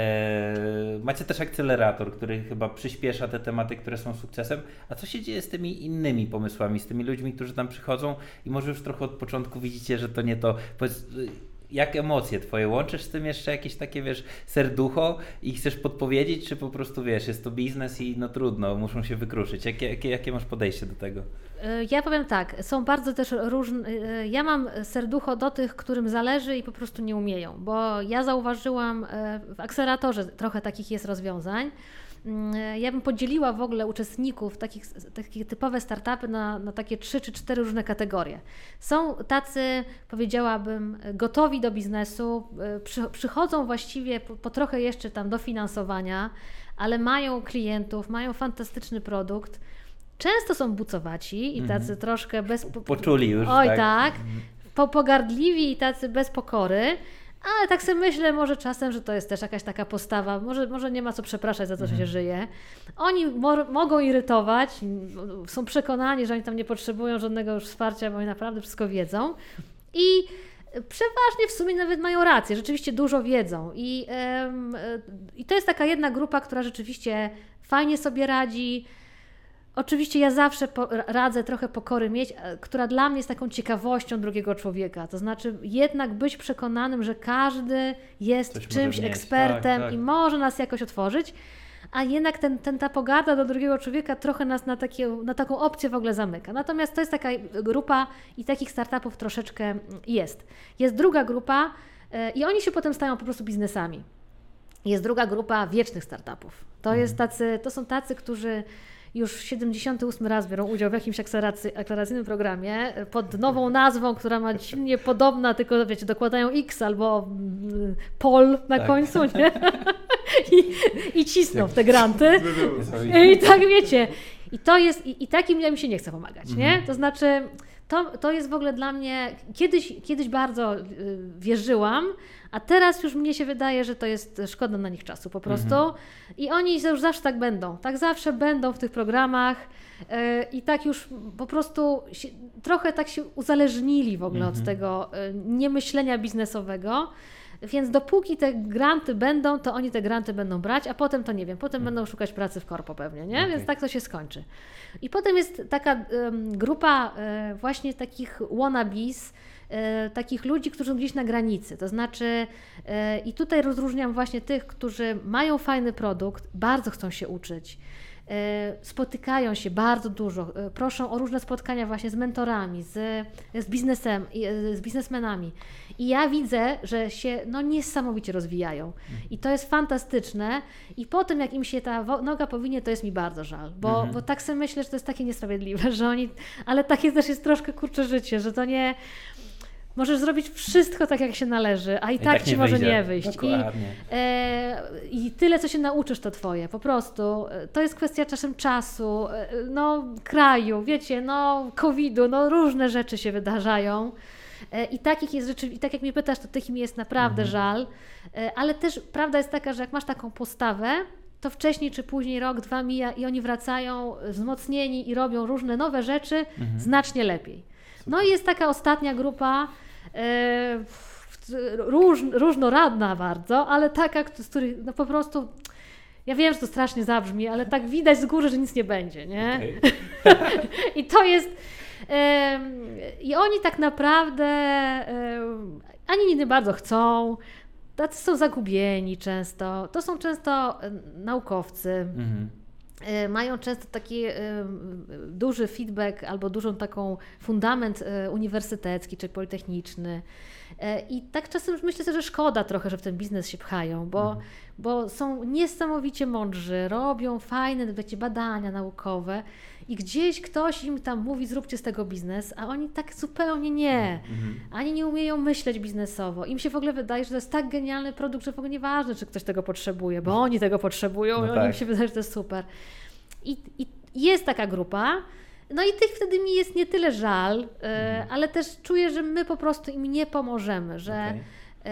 Macie też akcelerator, który chyba przyspiesza te tematy, które są sukcesem. A co się dzieje z tymi innymi pomysłami, z tymi ludźmi, którzy tam przychodzą i może już trochę od początku widzicie, że to nie to... Powiedz, jak emocje Twoje? Łączysz z tym jeszcze jakieś takie, wiesz, serducho i chcesz podpowiedzieć, czy po prostu, wiesz, jest to biznes i no trudno, muszą się wykruszyć? Jakie, jakie, jakie masz podejście do tego? Ja powiem tak, są bardzo też różne, ja mam serducho do tych, którym zależy i po prostu nie umieją, bo ja zauważyłam w akceleratorze trochę takich jest rozwiązań. Ja bym podzieliła w ogóle uczestników, takich, takie typowe startupy na, na takie trzy czy cztery różne kategorie. Są tacy, powiedziałabym, gotowi do biznesu, przy, przychodzą właściwie po, po trochę jeszcze tam dofinansowania, ale mają klientów, mają fantastyczny produkt. Często są bucowaci i tacy mm. troszkę bez... Poczuli już, Oj tak. tak, po, pogardliwi i tacy bez pokory. Ale tak sobie myślę może czasem, że to jest też jakaś taka postawa, może, może nie ma co przepraszać za to, że się żyje. Oni mo- mogą irytować, są przekonani, że oni tam nie potrzebują żadnego już wsparcia, bo oni naprawdę wszystko wiedzą. I przeważnie w sumie nawet mają rację, rzeczywiście dużo wiedzą. I, ym, i to jest taka jedna grupa, która rzeczywiście fajnie sobie radzi. Oczywiście ja zawsze po, radzę trochę pokory mieć, która dla mnie jest taką ciekawością drugiego człowieka. To znaczy jednak być przekonanym, że każdy jest Coś czymś ekspertem tak, tak. i może nas jakoś otworzyć, a jednak ten, ten, ta pogarda do drugiego człowieka trochę nas na, takie, na taką opcję w ogóle zamyka. Natomiast to jest taka grupa i takich startupów troszeczkę jest. Jest druga grupa yy, i oni się potem stają po prostu biznesami. Jest druga grupa wiecznych startupów. To, mhm. jest tacy, to są tacy, którzy już siedemdziesiąty ósmy raz biorą udział w jakimś akceleracyjnym programie pod nową nazwą, która ma dziwnie podobna, tylko wiecie, dokładają X albo Pol na tak. końcu, nie? I, i cisną w te granty. I tak wiecie. I to jest, i, i takim ja mi się nie chce pomagać, nie? Mhm. To znaczy, to, to jest w ogóle dla mnie, kiedyś, kiedyś bardzo y, wierzyłam, a teraz już mnie się wydaje, że to jest szkoda na nich czasu po prostu. Mhm. I oni już zawsze tak będą, tak zawsze będą w tych programach y, i tak już po prostu się, trochę tak się uzależnili w ogóle Mhm. od tego y, niemyślenia biznesowego. Więc dopóki te granty będą, to oni te granty będą brać, a potem to nie wiem, potem będą szukać pracy w korpo pewnie, nie? Okay. Więc tak to się skończy. I potem jest taka um, grupa e, właśnie takich wannabes, e, takich ludzi, którzy są gdzieś na granicy. To znaczy, e, i tutaj rozróżniam właśnie tych, którzy mają fajny produkt, bardzo chcą się uczyć, e, spotykają się bardzo dużo, e, proszą o różne spotkania właśnie z mentorami, z, z biznesem, e, z biznesmenami. I ja widzę, że się no, niesamowicie rozwijają. I to jest fantastyczne. I po tym, jak im się ta wo- noga powinie, to jest mi bardzo żal. Bo, Mhm. bo tak sobie myślę, że to jest takie niesprawiedliwe, że oni... Ale takie też jest troszkę kurcze życie, że to nie... Możesz zrobić wszystko tak, jak się należy, a i, I tak, tak ci nie może wyjdzie. nie wyjść. I, Dokładnie. e, I tyle, co się nauczysz, to twoje. Po prostu. E, To jest kwestia czasem czasu, e, no kraju, wiecie, no kowida, no różne rzeczy się wydarzają. E, I takich jest rzeczy, i tak jak mnie pytasz, to tych mi jest naprawdę Mhm. żal. E, Ale też prawda jest taka, że jak masz taką postawę, to wcześniej czy później rok, dwa mija i oni wracają wzmocnieni i robią różne nowe rzeczy Mhm. znacznie lepiej. No i jest taka ostatnia grupa, e, róż, różnorodna bardzo, ale taka, z których no po prostu, ja wiem, że to strasznie zabrzmi, ale tak widać z góry, że nic nie będzie, nie? Okay. I to jest... e, I oni tak naprawdę e, ani nie bardzo chcą, tacy są zagubieni często, to są często e, naukowcy. Mhm. E, Mają często taki e, duży feedback albo dużą taką fundament e, uniwersytecki czy politechniczny. E, I tak czasem myślę sobie, że szkoda trochę, że w ten biznes się pchają, bo, Mhm. bo są niesamowicie mądrzy, robią fajne wiecie, badania naukowe i gdzieś ktoś im tam mówi, zróbcie z tego biznes, a oni tak zupełnie nie. Mhm. Ani nie umieją myśleć biznesowo. Im się w ogóle wydaje, że to jest tak genialny produkt, że w ogóle nieważne, czy ktoś tego potrzebuje, bo oni tego potrzebują No i tak. im się wydaje, że to jest super. I, i jest taka grupa, no i tych wtedy mi jest nie tyle żal, e, ale też czuję, że my po prostu im nie pomożemy, że, Okej.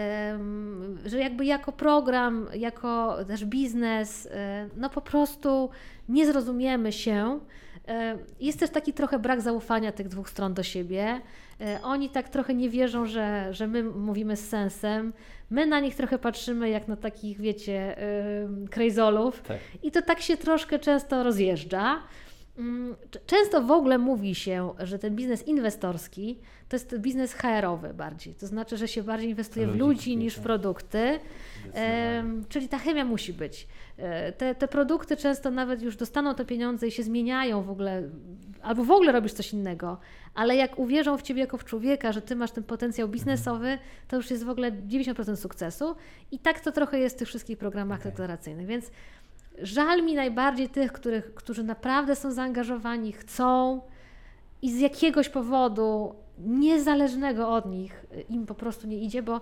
em, że jakby jako program, jako też biznes, e, no po prostu nie zrozumiemy się. E, Jest też taki trochę brak zaufania tych dwóch stron do siebie. E, Oni tak trochę nie wierzą, że, że my mówimy z sensem. My na nich trochę patrzymy jak na takich, wiecie, yy, krejzolów. Tak. I to tak się troszkę często rozjeżdża. Mm, c- Często w ogóle mówi się, że ten biznes inwestorski to jest biznes H R-owy bardziej. To znaczy, że się bardziej inwestuje w Ludzi ludzi kupuje, niż w tak. produkty. Zdecydowanie. Em, czyli ta chemia musi być. E, Te, te produkty często nawet już dostaną te pieniądze i się zmieniają w ogóle, albo w ogóle robisz coś innego, ale jak uwierzą w Ciebie jako w człowieka, że Ty masz ten potencjał biznesowy, to już jest w ogóle dziewięćdziesiąt procent sukcesu i tak to trochę jest w tych wszystkich programach Okej. deklaracyjnych, więc żal mi najbardziej tych, których, którzy naprawdę są zaangażowani, chcą i z jakiegoś powodu niezależnego od nich im po prostu nie idzie, bo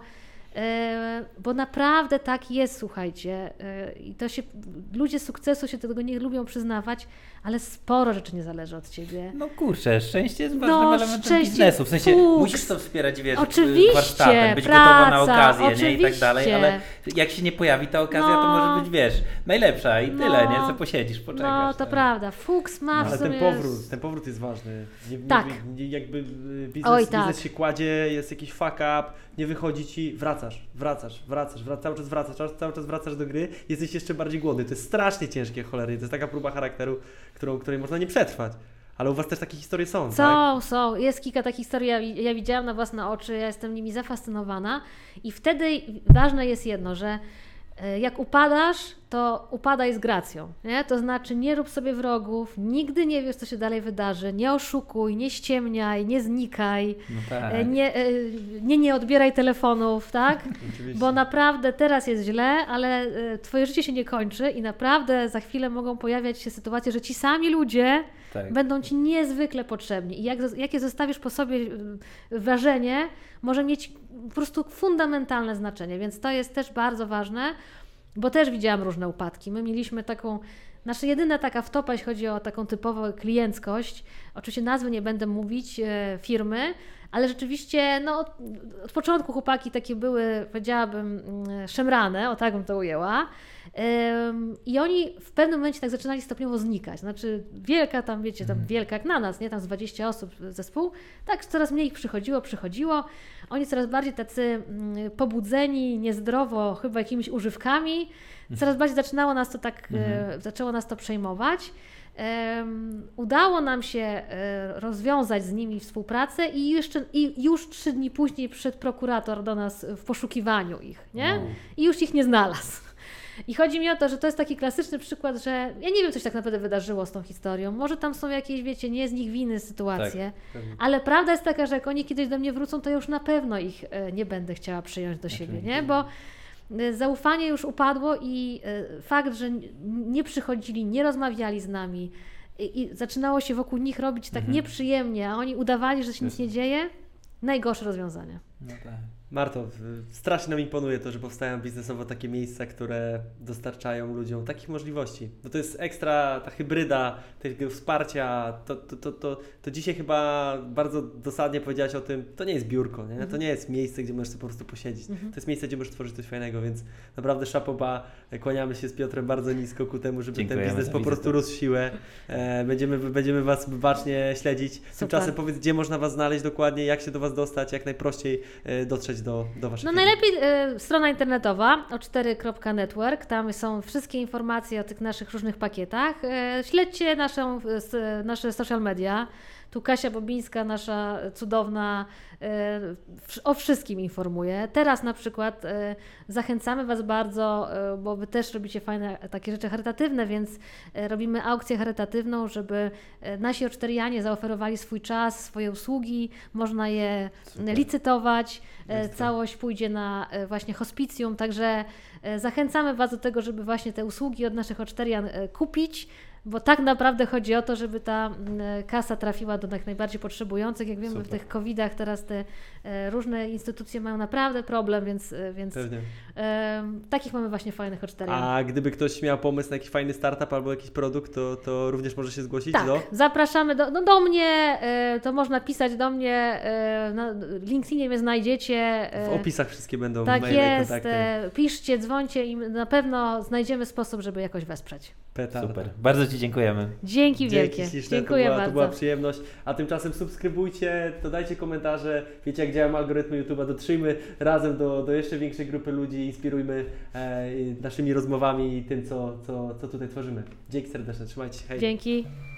E, Bo naprawdę tak jest, słuchajcie, e, i to się, ludzie sukcesu się do tego nie lubią przyznawać, ale sporo rzeczy nie zależy od Ciebie. No kurczę, szczęście jest ważnym No, elementem szczęście, biznesu. W sensie fuks. musisz to wspierać, wiesz, Oczywiście, warsztatem, być praca, gotowa na okazję, nie? I tak dalej, oczywiście. ale jak się nie pojawi ta okazja, to No. może być, wiesz, najlepsza i tyle, No. nie? Co posiedzisz, poczekasz. No, to tak. prawda, fuks ma w Ale sumie... ten powrót, ten powrót jest ważny. Nie, Tak. nie, nie, jakby y, biznes, Oj, biznes tak. się kładzie, jest jakiś fuck up, nie wychodzi ci, wracasz, wracasz, wracasz, wracasz, cały czas wracasz, cały, cały czas wracasz do gry, jesteś jeszcze bardziej głodny. To jest strasznie ciężkie, cholery. To jest taka próba charakteru, którą, której można nie przetrwać. Ale u Was też takie historie są, tak? Są, są. Jest kilka takich historii, ja, ja widziałam na własne oczy, ja jestem nimi zafascynowana i wtedy ważne jest jedno, że e, jak upadasz, to upadaj z gracją, nie? To znaczy nie rób sobie wrogów, nigdy nie wiesz, co się dalej wydarzy, nie oszukuj, nie ściemniaj, nie znikaj, No tak. e, nie, e, nie, nie odbieraj telefonów, tak? Oczywiście. Bo naprawdę teraz jest źle, ale e, Twoje życie się nie kończy i naprawdę za chwilę mogą pojawiać się sytuacje, że ci sami ludzie Tak. będą Ci niezwykle potrzebni i jak, jakie zostawisz po sobie y, wrażenie, może mieć po prostu fundamentalne znaczenie, więc to jest też bardzo ważne. bo też widziałam różne upadki. My mieliśmy taką, nasza jedyna taka wtopa, jeśli chodzi o taką typową klienckość, oczywiście nazwy nie będę mówić, e, firmy, ale rzeczywiście no, od, od początku chłopaki takie były, powiedziałabym, szemrane, o tak bym to ujęła. Ym, I oni w pewnym momencie tak zaczynali stopniowo znikać. Znaczy wielka tam, wiecie, tam wielka jak na nas, nie? Tam z dwadzieścia osób zespół, tak coraz mniej ich przychodziło, przychodziło. Oni coraz bardziej tacy mm, pobudzeni, niezdrowo, chyba jakimiś używkami. Coraz bardziej zaczynało nas to tak, Mhm. e, zaczęło nas to przejmować. Um, udało nam się e, rozwiązać z nimi współpracę i, jeszcze, i już trzy dni później przyszedł prokurator do nas w poszukiwaniu ich, nie? Wow. I już ich nie znalazł. I chodzi mi o to, że to jest taki klasyczny przykład, że ja nie wiem, co się tak naprawdę wydarzyło z tą historią. Może tam są jakieś, wiecie, nie z nich winy sytuacje, pewnie. ale prawda jest taka, że jak oni kiedyś do mnie wrócą, to ja już na pewno ich e, nie będę chciała przyjąć do siebie, nie? Bo zaufanie już upadło i fakt, że nie przychodzili, nie rozmawiali z nami i, i zaczynało się wokół nich robić tak Mhm. nieprzyjemnie, a oni udawali, że się nic nie dzieje, najgorsze rozwiązanie. No tak. Marto, w- strasznie nam imponuje to, że powstają biznesowo takie miejsca, które dostarczają ludziom takich możliwości. Bo to jest ekstra ta hybryda tego wsparcia. To, to, to, to, to dzisiaj chyba bardzo dosadnie powiedziałaś o tym, to nie jest biurko, nie? To nie jest miejsce, gdzie możesz sobie po prostu posiedzieć. Mhm. To jest miejsce, gdzie możesz tworzyć coś fajnego, więc naprawdę szapoba, kłaniamy się z Piotrem bardzo nisko ku temu, żeby Dziękujemy ten biznes za po prostu wizytę. rósł siłę. E, będziemy, będziemy Was bacznie śledzić. Tymczasem powiedz, gdzie można Was znaleźć dokładnie, jak się do Was dostać, jak najprościej e, dotrzeć do, do Waszej No firmy. najlepiej y, strona internetowa o cztery kropka network, tam są wszystkie informacje o tych naszych różnych pakietach. Y, śledźcie naszą, y, s, nasze social media. Tu Kasia Bobińska, nasza cudowna, y, w- o wszystkim informuje. Teraz na przykład y, zachęcamy Was bardzo, y, bo Wy też robicie fajne takie rzeczy charytatywne, więc y, robimy aukcję charytatywną, żeby y, nasi oczterianie zaoferowali swój czas, swoje usługi, można je Super. licytować. E, Ekstra. Całość pójdzie na e, właśnie hospicjum, także e, zachęcamy Was do tego, żeby właśnie te usługi od naszych oczterian e, kupić, bo tak naprawdę chodzi o to, żeby ta m, e, kasa trafiła do jak najbardziej potrzebujących. Jak wiemy, w Super. tych kowidach teraz te e, różne instytucje mają naprawdę problem, więc, e, więc Pewnie. e, takich mamy właśnie fajnych oczterian. A gdyby ktoś miał pomysł na jakiś fajny startup albo jakiś produkt, to, to również może się zgłosić Tak, do... zapraszamy do, no do mnie, e, to można pisać do mnie, e, na LinkedInie mnie znajdziecie. e, W opisach wszystkie będą Tak maile i jest, kontakty. e, piszcie, dzwońcie i na pewno znajdziemy sposób, żeby jakoś wesprzeć. Petarda. Super. Bardzo Ci dziękujemy. Dzięki wielkie. Dzięki śliczne, Dziękuję to była, bardzo. to była przyjemność. A tymczasem subskrybujcie, dodajcie komentarze, wiecie jak działają algorytmy YouTube'a, dotrzyjmy razem do, do jeszcze większej grupy ludzi, inspirujmy e, naszymi rozmowami i tym, co, co, co tutaj tworzymy. Dzięki serdeczne, trzymajcie się, hej. Dzięki.